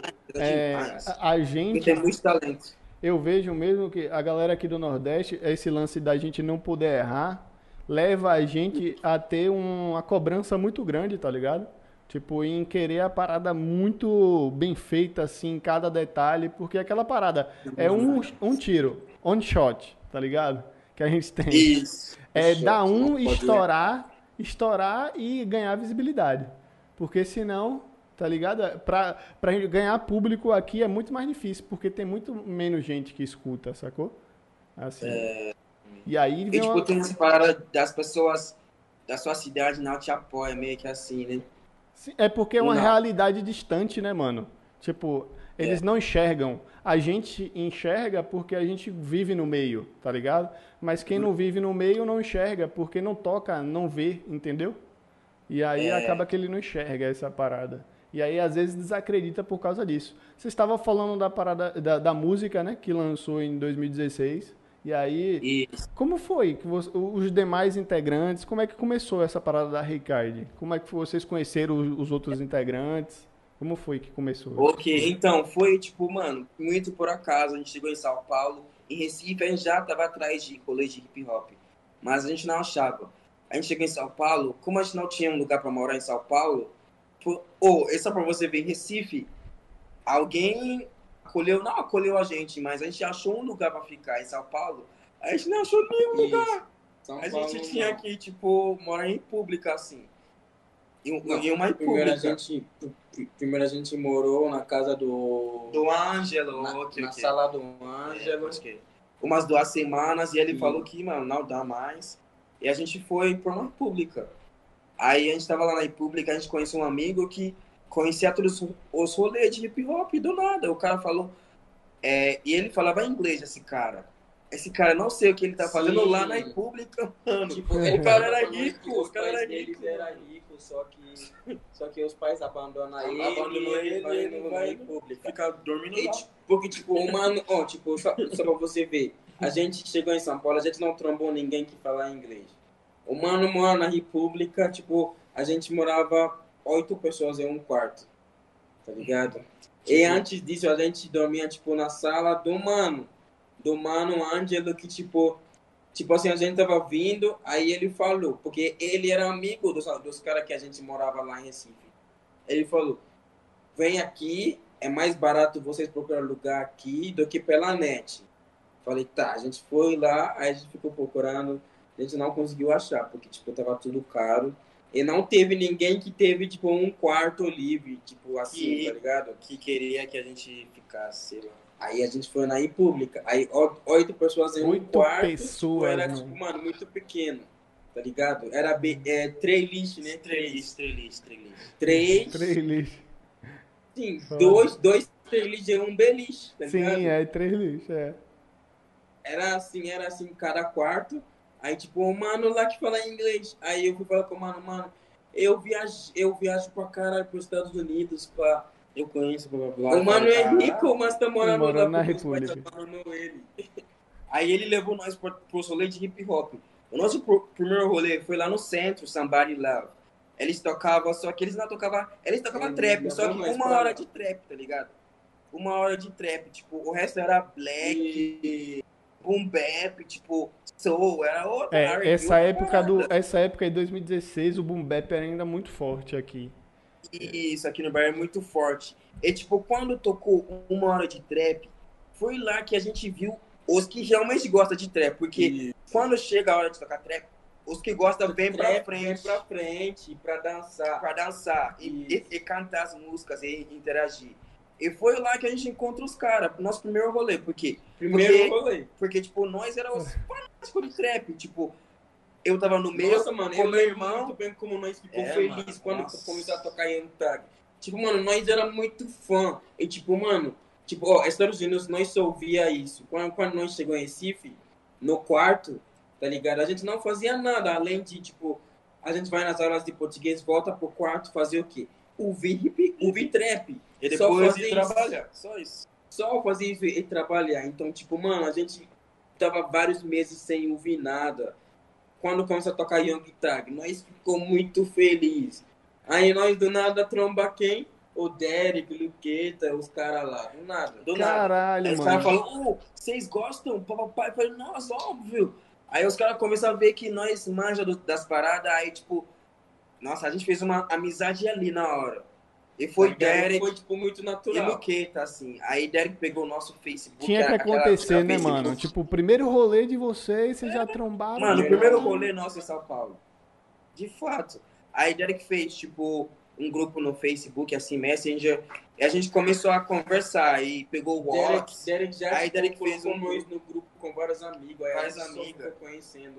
a Porque gente, tem muito talento. eu vejo mesmo que a galera aqui do Nordeste, esse lance da gente não poder errar, leva a gente a ter uma cobrança muito grande, tá ligado? Tipo, em querer a parada muito bem feita, assim, em cada detalhe, porque aquela parada é um tiro, one shot, tá ligado? Que a gente tem. Isso. Dar um, Pode ir. estourar e ganhar visibilidade. Porque senão, tá ligado? Pra gente ganhar público aqui é muito mais difícil, porque tem muito menos gente que escuta, sacou? Assim. E aí E vem tipo, uma... tem essa parada das pessoas da sua cidade não te apoia, meio que assim, né? É porque é uma Não. realidade distante, né, mano? Tipo, eles não enxergam. A gente enxerga porque a gente vive no meio, tá ligado? Mas quem não vive no meio não enxerga, porque não toca, não vê, entendeu? E aí acaba que ele não enxerga essa parada. E aí, às vezes, desacredita por causa disso. Você estava falando da parada da música, né? Que lançou em 2016. E aí, Isso. como foi que os demais integrantes, como é que começou essa parada da Ricard? Como é que vocês conheceram os outros integrantes? Como foi que começou? Ok, então, foi tipo, mano, muito por acaso. A gente chegou em São Paulo. Em Recife, a gente já tava atrás de rolê de hip hop. Mas a gente não achava. A gente chegou em São Paulo, como a gente não tinha um lugar pra morar em São Paulo, é só pra você ver, em Recife, alguém acolheu, não acolheu a gente, mas a gente achou um lugar pra ficar em São Paulo. A gente não achou nenhum lugar. São A Paulo, gente tinha que, tipo, morar em república, assim. Não, Em uma república. primeiro a gente morou na casa Do Ângelo, na sala do Ângelo. Umas 2 semanas, e ele Sim. falou que, mano, não dá mais. E a gente foi pra uma república. Aí a gente tava lá na república, a gente conheceu um amigo que conhecia todos os rolês de hip hop do nada. O cara falou, e ele falava inglês, esse cara. Esse cara, não sei o que ele tá fazendo Sim. lá na república, mano. Tipo, O cara era rico, o cara era rico. Ele era rico, só que os pais abandonam ele. Abandonou ele, vai vai na república. ficar dormindo E, lá. porque, tipo, o mano, tipo, só pra você ver, a gente chegou em São Paulo, a gente não trombou ninguém que fala inglês. O mano mora na República, tipo, a gente morava 8 pessoas em um quarto, tá ligado? E antes disso, a gente dormia, tipo, na sala do mano Ângelo, que, tipo assim, a gente tava vindo, aí ele falou, porque ele era amigo dos caras que a gente morava lá em Recife. Ele falou, vem aqui, é mais barato vocês procurar lugar aqui do que pela net. Falei, tá, a gente foi lá, aí a gente ficou procurando, a gente não conseguiu achar, porque, tipo, tava tudo caro. E não teve ninguém que teve, tipo, um quarto livre, tipo, assim, tá ligado? Que queria que a gente ficasse, sei lá. Aí a gente foi na República, aí 8 pessoas em um 8 quarto, pessoas, tipo, era, mano. tipo, mano, muito pequeno, tá ligado? Era três, né? Três. 3, Três. sim, Ah. dois trailis e um beliche, tá ligado? Sim, é 3 lixos, é. Era assim, cada quarto. Aí, tipo, o mano lá que fala inglês. Aí eu fui falar com o mano, eu viajo pra caralho pros Estados Unidos, pá. Eu conheço, blá, blá, blá. O mano é Cara. rico, mas tá morando Morando lá na porque os pais República. abandonou ele. Aí ele levou nós pro rolê de hip hop. O nosso primeiro rolê foi lá no centro, Somebody Love. Eles tocavam, só que eles não tocavam. Eles tocavam Ele trap, levou só que nós 1 pra hora lá. de trap, tá ligado? 1 hora de trap, tipo, o resto era black, boom bap, tipo, soul, era outra R&B, Essa outra parada. essa época de 2016, o boom bap era ainda muito forte aqui. Isso, aqui no Bahia é muito forte. E, tipo, quando tocou 1 hora de trap, foi lá que a gente viu os que realmente gostam de trap. Porque quando chega a hora de tocar trap, os que gostam vêm pra Vem frente pra frente, pra dançar. pra dançar e cantar as músicas e interagir. E foi lá que a gente encontra os caras, nosso primeiro rolê. Porque, rolê. porque tipo, nós éramos os fanáticos de trap. Tipo, eu tava no meio Nossa, mano, com eu meu lembro irmão. muito bem como nós ficamos É, felizes mano, quando nossa. começou a tocar em Tag. Tipo, mano, nós era muito fã. E tipo, mano, tipo, ó, Estados Unidos, nós só ouvia isso. Quando nós chegou em Recife, no quarto, tá ligado? A gente não fazia nada, além de, tipo, a gente vai nas aulas de português, volta pro quarto, fazer o quê? Ouvir trap. E Só depois fazer ir isso. trabalhar. Só isso. Só fazer isso e trabalhar. Então, tipo, mano, a gente tava vários meses sem ouvir nada. Quando começou a tocar Young Tag, nós ficou muito felizes. Aí nós do nada tromba quem? O Derek, o Luqueta, os caras lá. Do nada. Do nada. Caralho, Aí os mano. caras falam, vocês gostam? Papai falou, nossa, óbvio. Aí os caras começam a ver que nós manja das paradas, aí tipo, nossa, a gente fez uma amizade ali na hora. E foi Derek Foi, tipo, muito e natural. Luqueta, assim. Aí Derek pegou o nosso Facebook. Tinha que aquela acontecer, época, né, Facebook. mano? Tipo, o primeiro rolê de vocês já trombaram. Mano, o né? primeiro rolê nosso em São Paulo. De fato. Aí Derek fez, tipo, um grupo no Facebook, assim, Messenger. E a gente começou a conversar. E pegou o Whats. Derek já Aí Derek colocou fez um nós no grupo com vários amigos. Aí Vários a gente só amigos. ficou conhecendo.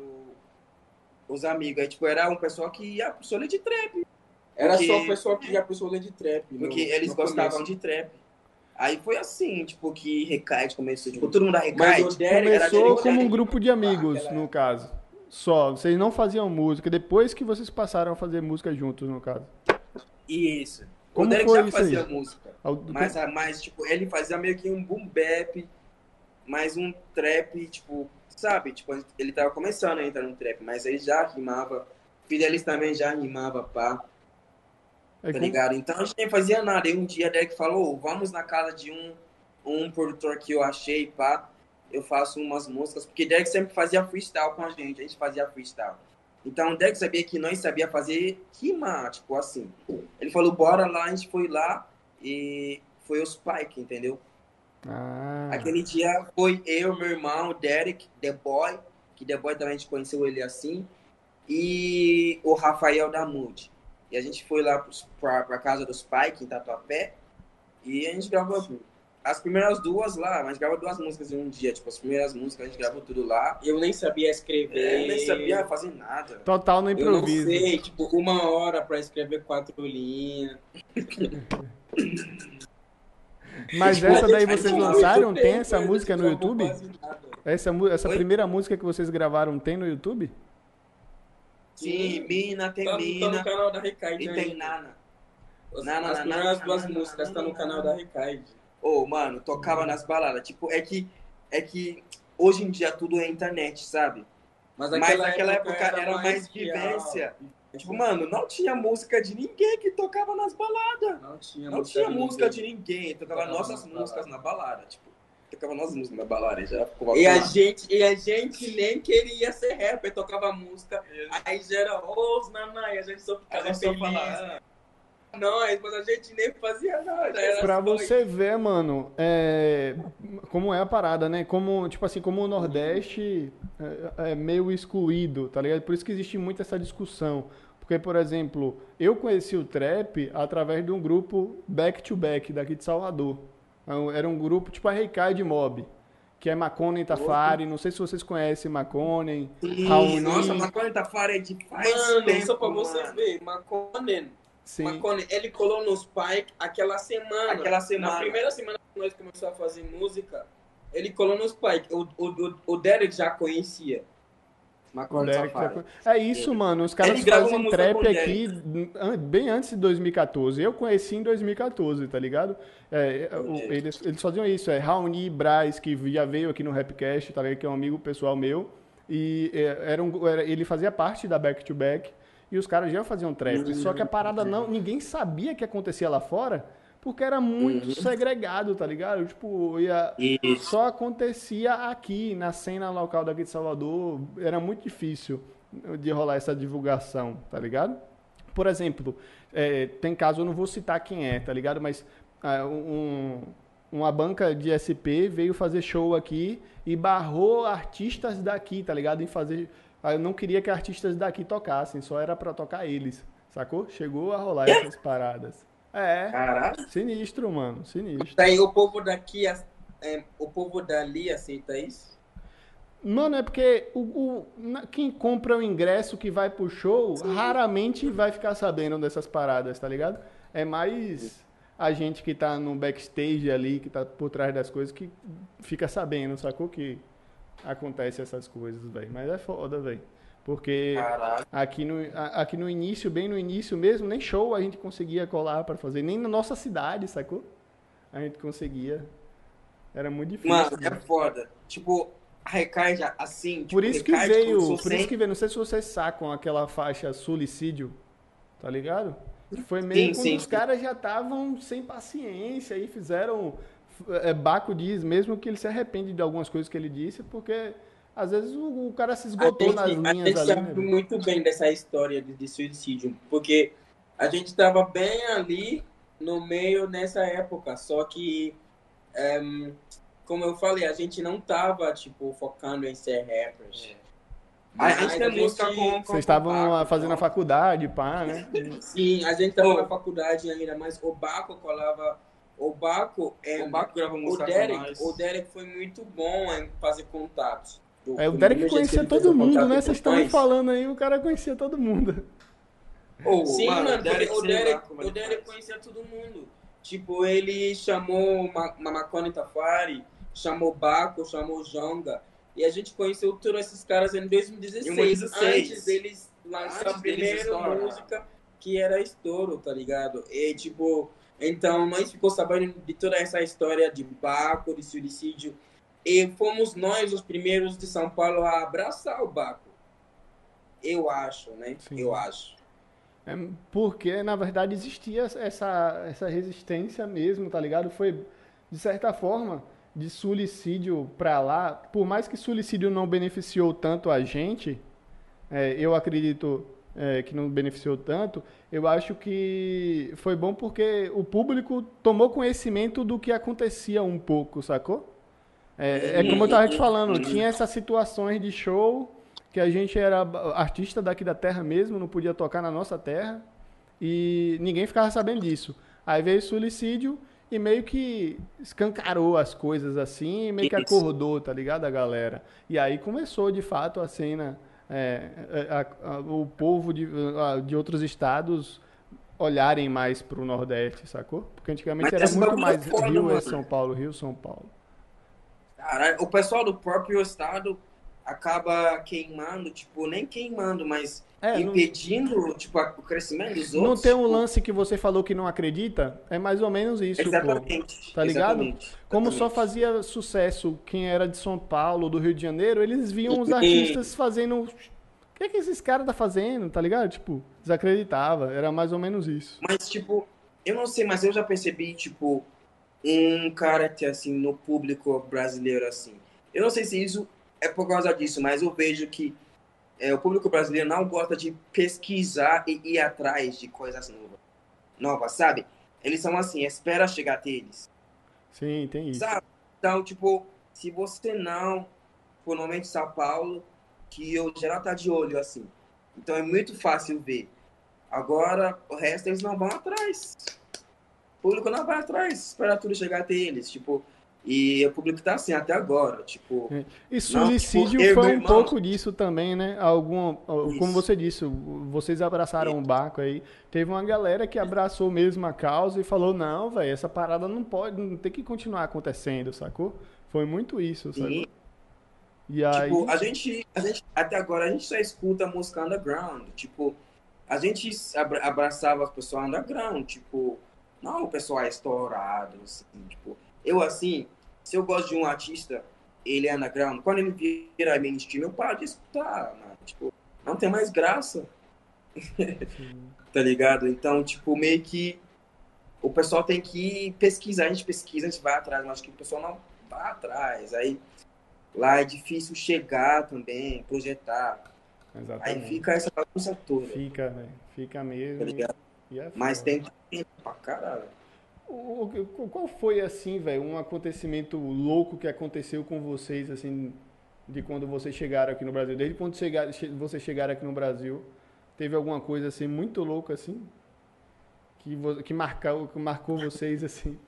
Os amigos. Aí, tipo, era um pessoal que ia pro rolê de trap. Era Porque- só o pessoal que ia pro rolê de trap. Porque eles gostavam de trap. Aí foi assim, tipo, que Recaide começou. Tipo, todo mundo da Mas Recaide. o Derek era Começou Derek, como um Derek, grupo de amigos, aquela no caso. Só. Vocês não faziam música. Depois que vocês passaram a fazer música juntos, no caso. Isso. Como Derek foi já isso aí? fazia música, mas, tipo, ele fazia meio que um boom bap, mais um trap, tipo, sabe? Tipo, ele tava começando a entrar no trap, mas ele já rimava. Fidelis também já rimava, pá, É tá com... ligado? Então a gente nem fazia nada. E um dia Derek falou, vamos na casa de um produtor que eu achei, pá, eu faço umas músicas, porque Derek sempre fazia freestyle com a gente fazia freestyle. Então o Derek sabia que nós sabia fazer rimar, tipo assim. Ele falou, bora lá, a gente foi lá e foi o Spike, entendeu? Ah, Aquele dia foi eu, meu irmão, o Derek, The Boy, que The Boy também a gente conheceu ele assim, e o Rafael da Mood. E a gente foi lá pra casa do Spike, em Tatuapé, e a gente gravou as primeiras duas lá, mas gravou 2 músicas em um dia. Tipo, as primeiras músicas a gente gravou tudo lá. Eu nem sabia escrever. Eu nem sabia fazer nada. total no Eu não improviso. sei, tipo, 1 hora pra escrever 4 linhas. Mas Tipo, essa daí a gente vocês tinha lançaram? muito Tem tempo, essa a gente música no gravou YouTube? quase nada. Essa Oi? primeira música que vocês gravaram tem no YouTube? Sim, Mina, tem Tá no Mina. canal da Ricaide E ainda. tem Nana. As primeiras 2 músicas tá no canal da Ricaide. Ô, mano, tocava nas baladas. Tipo, é que hoje em dia tudo é internet, sabe? Mas naquela época era mais real. vivência. Tipo, mano, não tinha música de ninguém que tocava nas baladas. Não tinha música de de ninguém. Tocava nossas nas músicas baladas. na balada. Tipo, tocava nossas músicas na balada. Já ficou E a acostumado. gente nem queria ser rapper, tocava música. Aí já era, os nanai, a gente só ficava Ela só feliz. falava, Nós, mas a gente nem fazia nada. Era Pra só você ver, mano, como é a parada, né? Como, tipo assim, como o Nordeste é meio excluído, tá ligado? Por isso que existe muito essa discussão. Porque, por exemplo, eu conheci o trap através de um grupo Back to Back, daqui de Salvador. Era um grupo tipo a Reikai de Mob, que é Maconnen Tafari, não sei se vocês conhecem Maconnen, sim, Raoni. nossa, Maconha Tafari é de faz Mano, tempo, só pra você mano. ver, Maconnen, Sim. ele colou no Spike aquela semana. semana. Na primeira semana que nós começamos a fazer música, ele colou no Spike. O Derek já conhecia. Maconha Derek Tafari. É isso, mano. Os caras Ele gravou fazem uma música trap com o aqui bem antes de 2014. Eu conheci em 2014, tá ligado? Eles faziam isso. Raoni Braz, que já veio aqui no Rapcast, tá ligado? Que é um amigo pessoal meu. E ele fazia parte da Back to Back. E os caras já faziam trap. Só que a parada ninguém sabia que acontecia lá fora. Porque era muito segregado, tá ligado? Tipo, só acontecia aqui, na cena local daqui de Salvador. Era muito difícil de rolar essa divulgação, tá ligado? Por exemplo, tem caso, eu não vou citar quem é, tá ligado? Mas uma banca de SP veio fazer show aqui e barrou artistas daqui, tá ligado? Em fazer... Eu não queria que artistas daqui tocassem, só era pra tocar eles, sacou? Chegou a rolar essas paradas. Caralho. Sinistro, mano, sinistro. Daí o povo daqui, o povo dali aceita isso? Mano, é porque quem compra o ingresso que vai pro show, raramente vai ficar sabendo dessas paradas, tá ligado? É mais a gente que tá no backstage ali, que tá por trás das coisas, que fica sabendo, sacou? Que acontece essas coisas, velho. Mas é foda, velho. Porque aqui no início, bem no início mesmo, nem show a gente conseguia colar pra fazer. Nem na nossa cidade, sacou? A gente conseguia. Era muito difícil. Mano, é foda. Tipo, a Recaide, assim... Por tipo, isso que Recaide veio, começou por isso que veio, não sei se vocês sacam aquela faixa Suicídio, tá ligado? Foi meio quando os caras já estavam sem paciência e fizeram... Baco diz mesmo que ele se arrepende de algumas coisas que ele disse, porque às vezes o cara se esgotou nas linhas ali. A gente sabe muito bem dessa história de suicídio, porque a gente estava bem ali no meio nessa época, só que, como eu falei, a gente não tava, tipo, focando em ser rappers. A gente tem música com vocês estavam fazendo a faculdade, pá, né? Sim, a gente tava na faculdade ainda, mas o Baco colava... O Baco gravou música o Derek foi muito bom em fazer contatos. O Derek conhecia todo mundo, né? Vocês estão falando aí, o cara conhecia todo mundo. Sim, mano, o Derek conhecia todo mundo. Tipo, ele chamou Maconnen Tafari, chamou Baco, chamou Jonga. E a gente conheceu todos esses caras em 2016. Antes deles lançarem a primeira música que era estouro, tá ligado? E, tipo, então nós ficou sabendo de toda essa história de Baco, de suicídio, e fomos nós os primeiros de São Paulo a abraçar o Baco. Eu acho, né? Eu Sim. acho. Porque, na verdade, existia essa resistência mesmo, tá ligado? Foi, de certa forma, de suicídio pra lá. Por mais que suicídio não beneficiou tanto a gente, eu acredito que não beneficiou tanto, eu acho que foi bom porque o público tomou conhecimento do que acontecia um pouco, sacou? É como eu tava te falando, Uhum. tinha essas situações de show que a gente era artista daqui da terra mesmo, não podia tocar na nossa terra e ninguém ficava sabendo disso. Aí veio o suicídio e meio que escancarou as coisas assim, e meio que Isso. acordou, tá ligado, a galera. E aí começou de fato a cena, o povo de outros estados olharem mais pro Nordeste, sacou? Porque Mas antigamente era esse muito bagulho é mais foda, Rio é mano. São Paulo, Rio São Paulo. Cara, o pessoal do próprio estado acaba queimando, tipo, nem queimando, mas Não, impedindo, tipo, o crescimento dos não outros, tem um tipo, lance que você falou que não acredita? É mais ou menos isso, pô. exatamente, Tá ligado? exatamente, Como só exatamente. fazia sucesso quem era de São Paulo, do Rio de Janeiro, eles viam os E, artistas fazendo. O que esses caras tá fazendo, tá ligado? Tipo, desacreditava. Era mais ou menos isso. mas, tipo, eu não sei, mas eu já percebi, tipo, um caráter, assim, no público brasileiro, assim. Eu não sei se isso é por causa disso, mas eu vejo que o público brasileiro não gosta de pesquisar e ir atrás de coisas novas, sabe? Eles são assim, espera chegar até eles. Sim, tem isso. Sabe? Então, tipo, se você não, por normalmente São Paulo, que eu geral tá de olho, assim. Então é muito fácil ver. Agora, o resto eles não vão atrás. O público não vai atrás, espera tudo chegar até eles, tipo. E o público tá assim até agora, tipo. E Não, tipo, suicídio eu e foi meu um irmão. pouco disso também, né? Como Isso. você disse, vocês abraçaram o barco aí. Teve uma galera que abraçou mesmo a causa e falou: não, velho, essa parada não pode, não tem que continuar acontecendo, sacou? Foi muito isso, Sim. sacou? E Tipo, aí, até agora, a gente só escuta música underground. Tipo, a gente abraçava as pessoas underground. Tipo, não o pessoal é estourado, assim. Tipo, eu, assim, se eu gosto de um artista, ele é underground, quando ele vira mainstream, eu paro de escutar, mano. Tipo, não tem mais graça, sim, tá ligado? Então, tipo, meio que o pessoal tem que pesquisar. A gente pesquisa, a gente vai atrás, mas acho que o pessoal não vai atrás. Aí lá é difícil chegar também, projetar. Aí exatamente. fica essa bagunça toda, Fica, velho, fica tá mesmo ligado? e é Mas foda. tem tempo pra caralho. Qual foi, assim, velho, um acontecimento louco que aconteceu com vocês, assim, de quando vocês chegaram aqui no Brasil? Desde quando vocês chegaram aqui no Brasil, teve alguma coisa, assim, muito louca, assim, que marcou vocês, assim?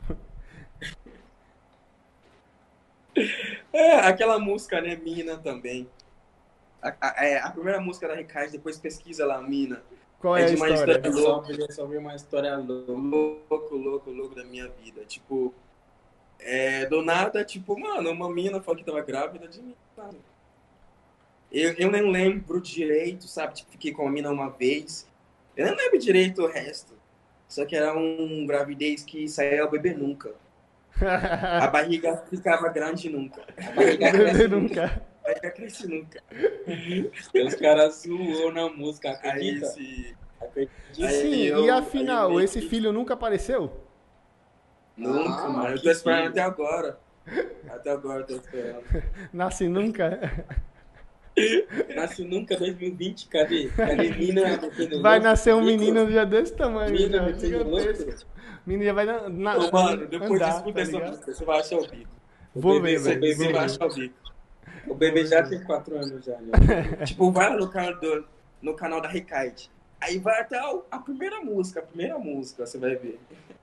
É, aquela música, né, Mina também. A primeira música da Ricardo, depois pesquisa lá, Mina. Qual É é a de uma história história? louca, ele só viu uma história louco da minha vida. Tipo, do nada, tipo, mano, uma mina falou que tava grávida de mim. Mano. Eu nem lembro direito, sabe? Tipo, fiquei com a mina uma vez. Eu nem lembro direito o resto. Só que era um gravidez que saía o bebê nunca. A barriga ficava grande nunca. A barriga Bebê cresce nunca. nunca. A barriga cresce nunca. E os caras zoou na música, Aí acredita? esse. Acredita? Aí Sim, e eu afinal, meio esse que. filho nunca apareceu? Nunca, Ah, mano. Eu tô que esperando até filho. agora. Até agora eu tô esperando. Nasce nunca? Nasce nunca 2020, cadê? Cadê mina metendo Vai louco nascer um comigo? menino já desse tamanho, Mina já, metendo louco? gigantesco. O menino já vai Ô, mano, depois andar, escuta tá essa ligado? música, você vai achar o bico. O Vou bebê, ver, o velho, Você vou bebê, vai ver. achar o bico. o Vou bebê ver já mesmo. tem 4 anos já, né? O bebê. Tipo, vai lá no canal da Recaide. Aí vai até a primeira música, você vai ver.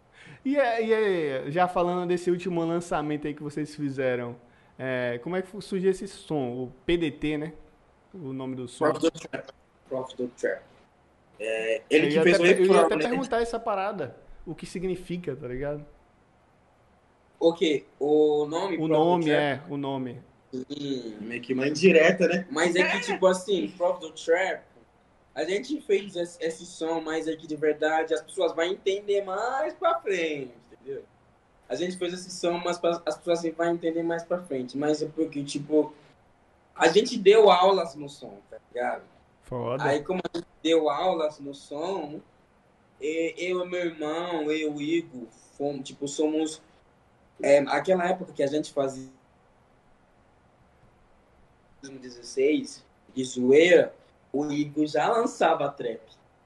Já falando desse último lançamento aí que vocês fizeram, como é que surgiu esse som? O PDT, né? O nome do som. Prof do Trap. Prof do Trap. Ele Eu que ia fez até, o eu ia refrão, até né? perguntar essa parada. O que significa, tá ligado? O quê? O nome O Prof do nome Trap? o nome. Meio que uma indireta, né? Mas é que, tipo assim, Prof do Trap A gente fez esse som mais aqui de verdade, as pessoas vão entender mais pra frente, entendeu? A gente fez esse som, mas as pessoas vão entender mais pra frente. Mas é porque, tipo, a gente deu aulas no som, tá ligado? Foda. Aí, como a gente deu aulas no som, eu e meu irmão, eu e o Igor, fomos, tipo, somos... aquela época que a gente fazia 2016, de zoeira, o Igor já lançava trap.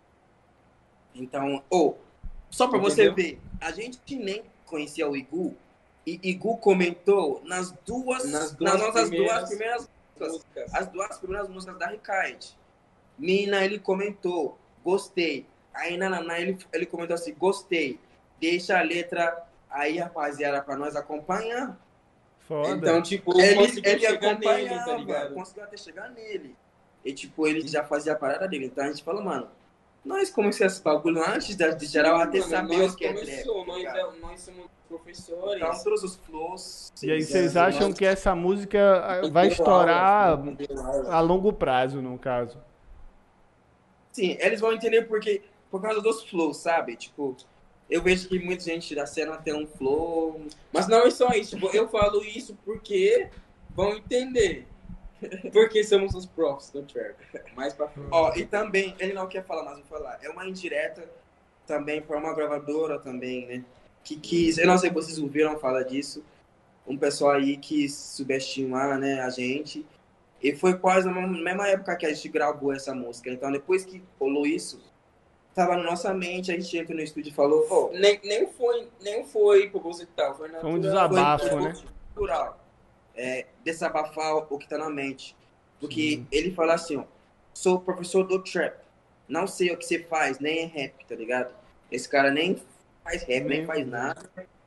Então, só pra Entendeu? você ver, a gente nem conhecia o Igu, e Igu comentou nas nossas duas primeiras músicas. As duas primeiras músicas da Ricaid. Mina, ele comentou, gostei. Aí na Naná ele comentou assim, gostei. Deixa a letra aí, rapaziada, pra nós acompanhar. Foda. Então, tipo, ele acompanhava, tá ligado? Conseguiu até chegar nele. E, tipo, ele já fazia a parada dele. Então, a gente falou, mano, nós começamos esse bagulho antes de geral até saber o que é trap. Nós somos professores. Então, todos os flows... E aí vocês acham que essa música vai estourar a longo prazo, no caso? Sim, eles vão entender por causa dos flows, sabe? Tipo, eu vejo que muita gente da cena tem um flow... Mas não é só isso. Tipo, eu falo isso porque vão entender. Porque somos os profs do trap. Mais pra frente. E também, ele não quer falar, mas vou falar. É uma indireta também para uma gravadora também, né? Que quis... Eu não sei se vocês ouviram falar disso. Um pessoal aí quis subestimar, né, a gente. E foi quase na mesma época que a gente gravou essa música. Então, depois que rolou isso, tava na nossa mente, a gente entrou no estúdio e falou... Nem foi proposital, foi natural. Foi um desabafo, né? Natural. Desabafar o que tá na mente. Porque ele fala assim, ó, sou professor do trap. Não sei o que você faz, nem é rap, tá ligado? Esse cara nem faz rap, nem faz nada.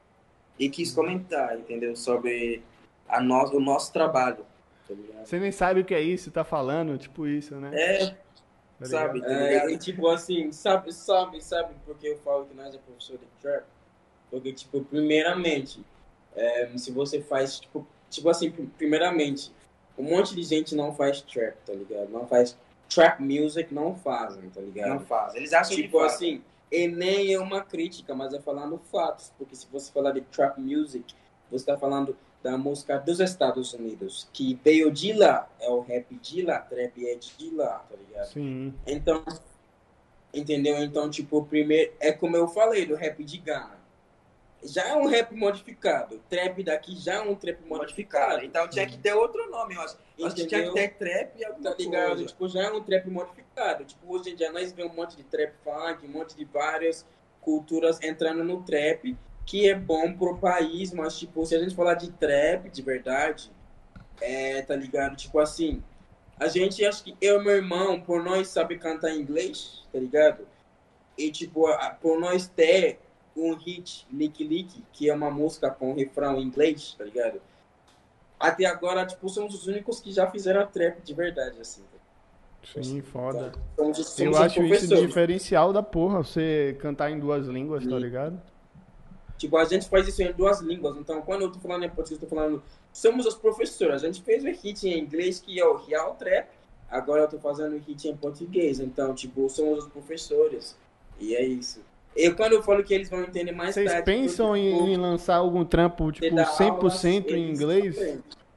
E quis comentar, entendeu? Sobre o nosso trabalho. Tá ligado? Você nem sabe o que é isso, tá falando, tipo isso, né? Tá sabe? Tá e tipo assim, sabe por que eu falo que nós é professor de trap? Porque, tipo, primeiramente, se você faz, tipo assim, primeiramente, um monte de gente não faz trap, tá ligado? Não faz trap music, não fazem, tá ligado? Não fazem. Eles acham tipo que assim, e nem é uma crítica, mas é falando fatos. Porque se você falar de trap music, você tá falando da música dos Estados Unidos, que veio de lá, é o rap de lá, trap é de lá, tá ligado? Sim. Então, entendeu? Então, tipo, primeiro, é como eu falei, do rap de Ghana. Já é um rap modificado. Trap daqui já é um trap modificado. Então tinha que ter outro nome, eu acho. Acho que tinha que ter trap e alguma tá ligado? coisa. Tipo, já é um trap modificado. Tipo, hoje em dia nós vemos um monte de trap funk, um monte de várias culturas entrando no trap, que é bom pro país, mas, tipo, se a gente falar de trap, de verdade, tá ligado? Tipo assim, a gente, acho que eu e meu irmão, por nós saber cantar inglês, tá ligado? E, tipo, por nós ter um hit, Lick Lick, que é uma música com refrão em inglês, tá ligado? Até agora, tipo, somos os únicos que já fizeram trap de verdade, assim. Sim, foda. Então, eu acho isso diferencial da porra, você cantar em duas línguas, tá ligado? Tipo, a gente faz isso em duas línguas. Então, quando eu tô falando em português, eu tô falando... Somos os professores. A gente fez o hit em inglês, que é o Real Trap. Agora eu tô fazendo o hit em português. Então, tipo, somos os professores. E é isso. Quando eu falo que eles vão entender mais tarde... Vocês pensam em lançar algum trampo, tipo, 100% em inglês?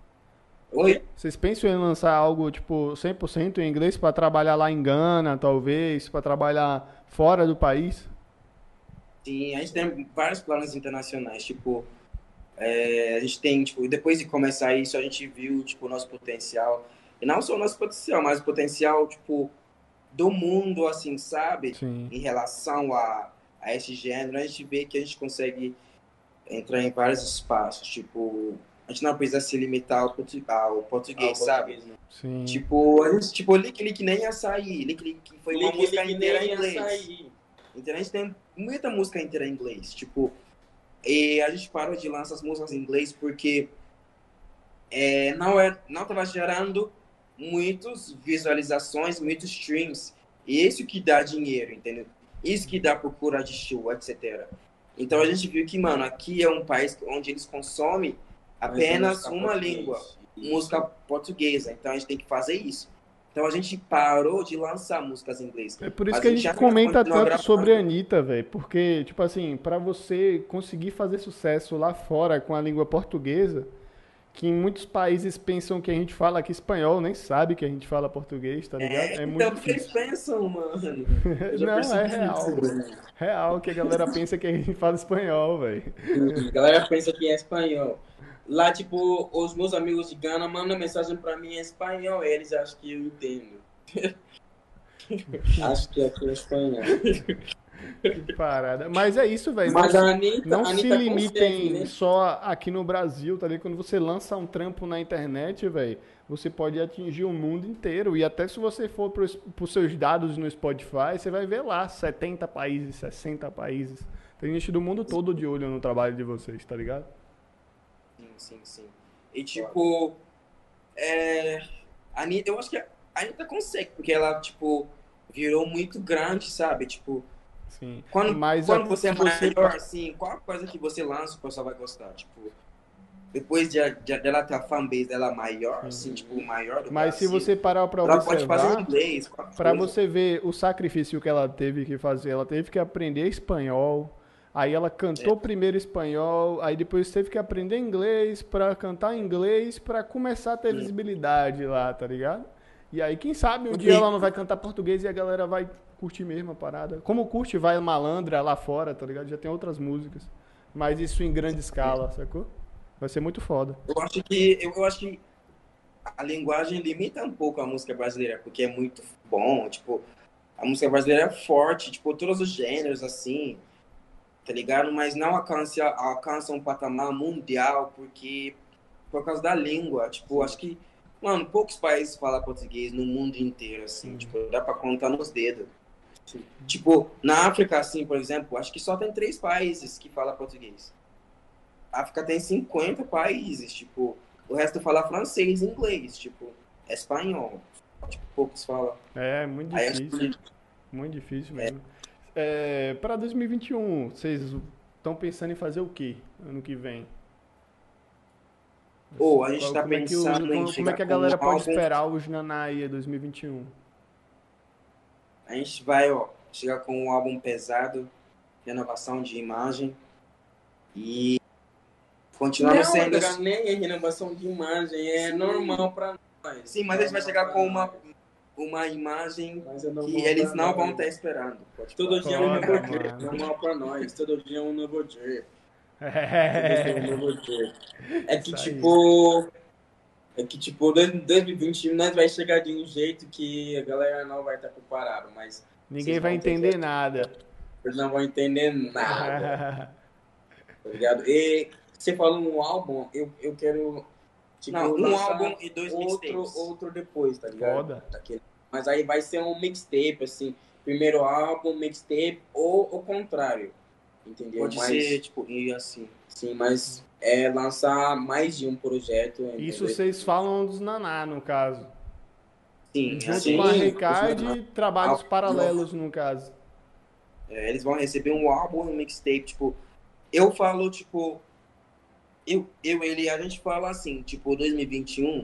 Oi? Vocês pensam em lançar algo, tipo, 100% em inglês pra trabalhar lá em Gana, talvez? Pra trabalhar fora do país? Sim, a gente tem vários planos internacionais. Tipo, a gente tem, tipo, depois de começar isso, a gente viu, tipo, o nosso potencial. E não só o nosso potencial, mas o potencial, tipo, do mundo, assim, sabe? Sim. Em relação a esse gênero, a gente vê que a gente consegue entrar em vários espaços, tipo, a gente não precisa se limitar ao português, sabe? Sim. Tipo, a gente, tipo, Lick Lick nem Açaí, Lick Lick foi uma música inteira em inglês. Então a gente tem muita música inteira em inglês, tipo, e a gente parou de lançar as músicas em inglês porque não tava gerando muitas visualizações, muitos streams, e isso que dá dinheiro, entendeu? Isso que dá procura de show, etc. Então a gente viu que, mano, aqui é um país onde eles consomem apenas uma língua, música portuguesa. Então a gente tem que fazer isso. Então a gente parou de lançar músicas em inglês. É por isso Mas que a a gente ainda comenta continua tanto sobre a gravando. Anitta, velho. Porque, tipo assim, pra você conseguir fazer sucesso lá fora com a língua portuguesa, que em muitos países pensam que a gente fala aqui espanhol, nem sabe que a gente fala português, tá ligado? É, É muito então, o que eles difícil. pensam, mano? Eu já Não, é percebi isso. real. Real que a galera pensa que a gente fala espanhol, velho. A galera pensa que é espanhol. Lá, tipo, os meus amigos de Gana mandam mensagem pra mim em espanhol, eles acham que eu entendo. Acho que aqui é espanhol. Que parada. Mas é isso, velho. Não Mas a se, Anitta, não a se Anitta consegue, limitem né? só aqui no Brasil, tá ligado? Quando você lança um trampo na internet, velho, você pode atingir o mundo inteiro. E até se você for pros seus dados no Spotify, você vai ver lá 70 países, 60 países. Tem gente do mundo todo de olho no trabalho de vocês, tá ligado? Sim, sim, sim. E tipo, é, a Anitta, eu acho que a Anitta consegue, porque ela, tipo, virou muito grande, sabe? Tipo, Sim. quando, Mas quando você se é você. maior, assim, qual coisa que você lança, o pessoal vai gostar? Tipo, depois dela ter a fanbase dela maior, assim, tipo, maior do Mas se Brasil, você parar pra ela pode fazer em observar, inglês, qualquer pra coisa. você ver o sacrifício que ela teve que fazer, ela teve que aprender espanhol. Aí ela É, cantou primeiro espanhol, aí depois teve que aprender inglês pra cantar inglês pra começar a ter sim. visibilidade lá, tá ligado? E aí quem sabe um dia Porque, ela não vai cantar português e a galera vai curtir mesmo a parada. Como curte Vai Malandra lá fora, tá ligado? Já tem outras músicas. Mas isso em grande escala, sacou? Vai ser muito foda. eu acho que a linguagem limita um pouco a música brasileira, porque é muito bom, tipo, a música brasileira é forte, tipo, todos os gêneros, assim, tá ligado? Mas não alcança um patamar mundial, porque, por causa da língua, tipo, acho que, mano, poucos países falam português no mundo inteiro, assim, tipo, dá pra contar nos dedos. Tipo, na África, assim, por exemplo, acho que só tem 3 países que falam português. A África tem 50 países, tipo, o resto fala francês e inglês, tipo, espanhol. Tipo, poucos falam. É muito Aí acho difícil. que, Muito difícil mesmo. É, para 2021, vocês estão pensando em fazer o quê ano que vem? ou a Assim, gente tá como é que pensando em como é chegar que a com um galera pode álbum. esperar os Nanaia 2021? A gente vai, ó, chegar com um álbum pesado, renovação de imagem e continuamos Não, sendo. cara, nem é renovação de imagem, é Sim, normal pra nós. sim, mas a gente vai Normal chegar pra com nós. uma imagem Mas é que normal eles pra não vão estar nós. esperando. Pode Todo falar. dia é um Foda, novo dia, mano. normal pra nós. Todo dia é um novo dia. Todo dia é um É, novo dia. É que isso aí. tipo. É que tipo, 2021 nós vai chegar de um jeito que a galera não vai estar preparada, mas vocês Ninguém vai vão ter que. entender nada. Vocês não vão entender nada, tá ligado? E você falou um álbum, eu quero, Não, tipo, um lançar álbum e 2 outro, mixtapes. outro depois, tá ligado? Foda. Daquele. Mas aí vai ser um mixtape, assim, primeiro álbum, mixtape, ou o contrário, entendeu? Pode ser, Mas, tipo, e assim. sim, mas é lançar mais de um projeto, Isso entendeu? vocês falam dos Naná, no caso. Sim, Junto com assim, a Sim, os Recard, trabalhos álbum, paralelos, no caso. eles vão receber um álbum e um mixtape, tipo, eu falo, tipo, ele, a gente fala assim, tipo, 2021,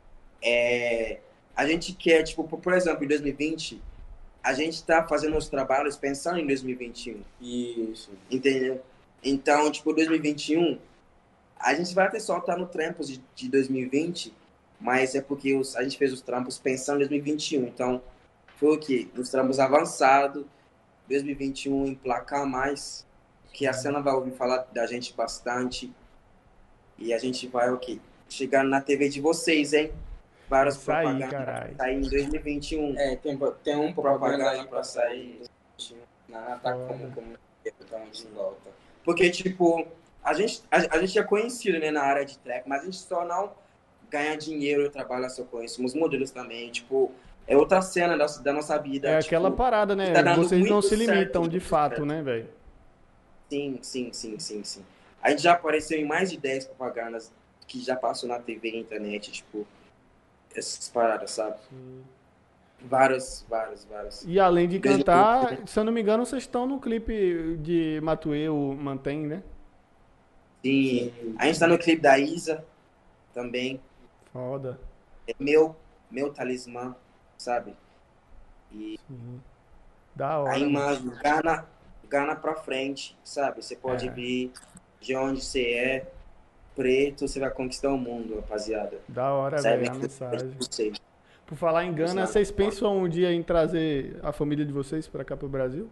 a gente quer, tipo, por exemplo, em 2020, a gente tá fazendo os trabalhos pensando em 2021, Isso. entendeu? Então, tipo, 2021, a gente vai até soltar no trampos de 2020, mas é porque a gente fez os trampos pensando em 2021, então, foi o quê? Os trampos avançados, 2021 emplacar mais, que a cena vai ouvir falar da gente bastante e a gente vai o quê? Chegar na TV de vocês, hein? Várias Isso aí, propagandas pra caralho. sair em 2021. É, tem um propaganda aí Pra sair. na tá como totalmente em volta. Porque, tipo, a gente é conhecido, né, na área de trap, mas a gente só não ganha dinheiro e trabalha só com isso. Os modelos também, tipo, é outra cena da nossa vida, É aquela tipo, parada, que tá né? dando Vocês não muito se certo, limitam de muito fato, certo. né, velho? Sim, sim, sim, sim, sim. A gente já apareceu em mais de 10 propagandas que já passou na TV e internet, tipo, essas paradas, sabe? Várias, várias, várias. E além de Desde- cantar, se eu não me engano, vocês estão no clipe de Matuê, o Mantém, né? Sim, a gente tá no clipe da Isa também. Foda. É meu talismã. sabe? E Sim. Da hora, aí, mano. mano, Gana pra frente, sabe? Você pode É, vir de onde você é, preto, você vai conquistar o mundo, rapaziada. da hora, velho, Saiba a que eu tô mensagem. com vocês. Por falar em Os Gana, nada. vocês pensam um dia em trazer a família de vocês pra cá pro Brasil?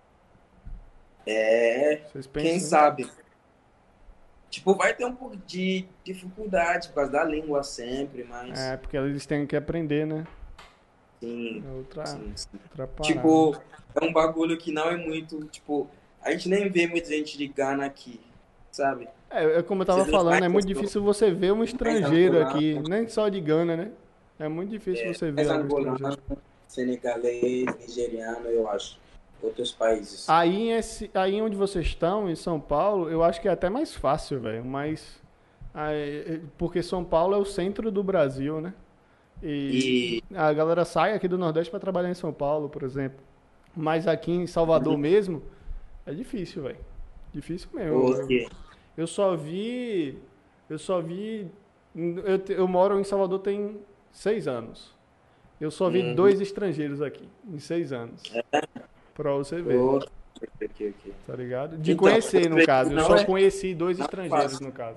É, Vocês quem pensam nisso? sabe? Tipo, vai ter um pouco de dificuldade por causa da língua sempre, mas É, porque eles têm que aprender, né? sim, É sim. outra parada. Tipo, é um bagulho que não é muito, tipo, a gente nem vê muita gente de Gana aqui, sabe? É como eu Você tava vê os falando, mais é muito pessoas, difícil você ver um mais estrangeiro aqui, angolano, nem só de Gana, né? É muito difícil você ver mais algum angolano, estrangeiro. senegalês, nigeriano, eu acho. Outros países. Aí onde vocês estão, em São Paulo, eu acho que é até mais fácil, velho. Porque São Paulo é o centro do Brasil, né? E E a galera sai aqui do Nordeste para trabalhar em São Paulo, por exemplo. Mas aqui em Salvador mesmo, é difícil, velho. Difícil mesmo. o que Eu só vi. Eu só vi. Eu moro em Salvador tem 6 anos. Eu só vi uhum. 2 estrangeiros aqui, em 6 anos. Pra você ver, o- ok. tá ligado? De Então, conhecer, no caso. Eu não só é conheci dois não é estrangeiros, fácil. no caso.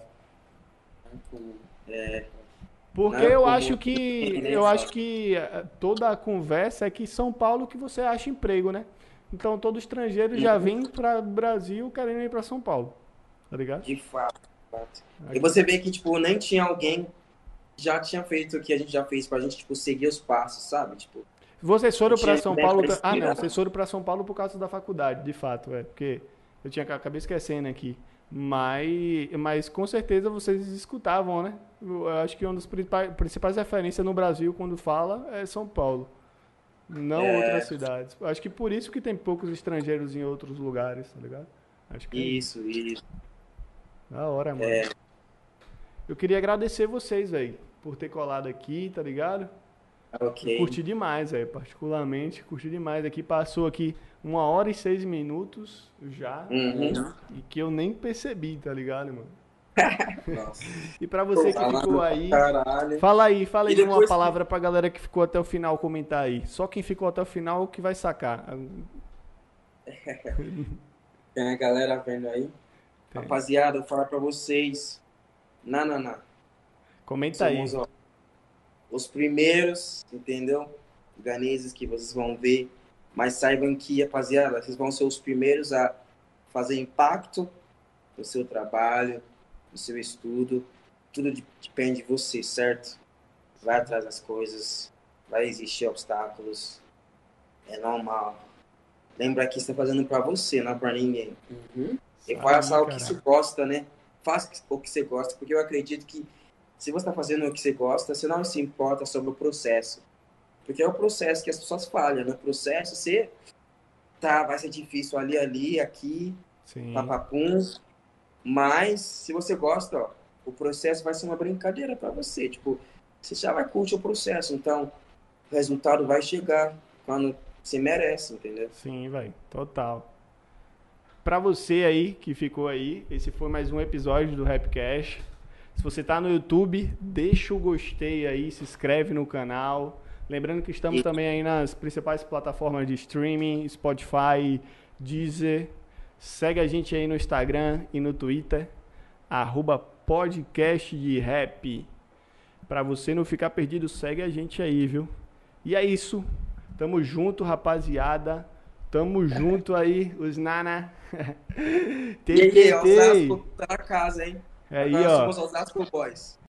É, não Porque é eu como acho que. nem Eu acho fácil. que toda a conversa é que São Paulo que você acha emprego, né? Então todo estrangeiro já vem para Brasil querendo ir para São Paulo, tá ligado? De fato. De fato. E Aqui. você vê que, tipo, nem tinha alguém que já tinha feito o que a gente já fez pra gente, tipo, seguir os passos, sabe? Tipo, Vocês não foram para tinha São ninguém Paulo. pra Ah, não. inspirar. Vocês foram para São Paulo por causa da faculdade, de fato, é. Porque acabei esquecendo aqui. Mas com certeza vocês escutavam, né? Eu acho que uma das principais referências no Brasil quando fala é São Paulo, não outras cidades. Eu acho que por isso que tem poucos estrangeiros em outros lugares, tá ligado? Acho que é isso. Isso. Da hora, mano. Eu queria agradecer vocês, velho, por ter colado aqui, tá ligado? Eu Ok. curti demais, velho, particularmente, curti demais. Aqui passou aqui 1 hora e 6 minutos já, Uhum. e que eu nem percebi, tá ligado, mano? Nossa. E pra você que ficou Falando pra aí, caralho. fala E aí uma depois que. palavra pra galera que ficou até o final comentar aí. Só quem ficou até o final que vai sacar. Tem a galera vendo aí. Tem. Rapaziada, eu vou falar pra vocês. Não. Comenta Somos, aí. ó, os primeiros, entendeu? Ganeses que vocês vão ver. Mas saibam que, rapaziada, vocês vão ser os primeiros a fazer impacto no seu trabalho, no seu estudo. Tudo depende de você, certo? Vai atrás das coisas. Vai existir obstáculos. É normal. Lembra que você está fazendo para você, não para ninguém. E Isso faça aí, o que você cara. gosta, né? Faça o que você gosta, porque eu acredito que se você está fazendo o que você gosta, você não se importa sobre o processo. Porque é o processo que as pessoas falham. No processo, você vai ser difícil ali, aqui, Sim. papapum. Mas, se você gosta, ó, o processo vai ser uma brincadeira para você. Tipo, você já vai curtir o processo. Então, o resultado vai chegar quando você merece, entendeu? Sim, velho. Total. Pra você aí que ficou aí, esse foi mais um episódio do Rapcast. Se você tá no YouTube, deixa o gostei aí, se inscreve no canal. Lembrando que estamos E, também aí nas principais plataformas de streaming, Spotify, Deezer. Segue a gente aí no Instagram e no Twitter, @podcast de rap. Pra você não ficar perdido, segue a gente aí, viu? E é isso. Tamo junto, rapaziada. Tamo junto aí, os nana. e aí, TTT. Osasco tá na casa, hein? Aí, Agora ó. somos Osasco Boys.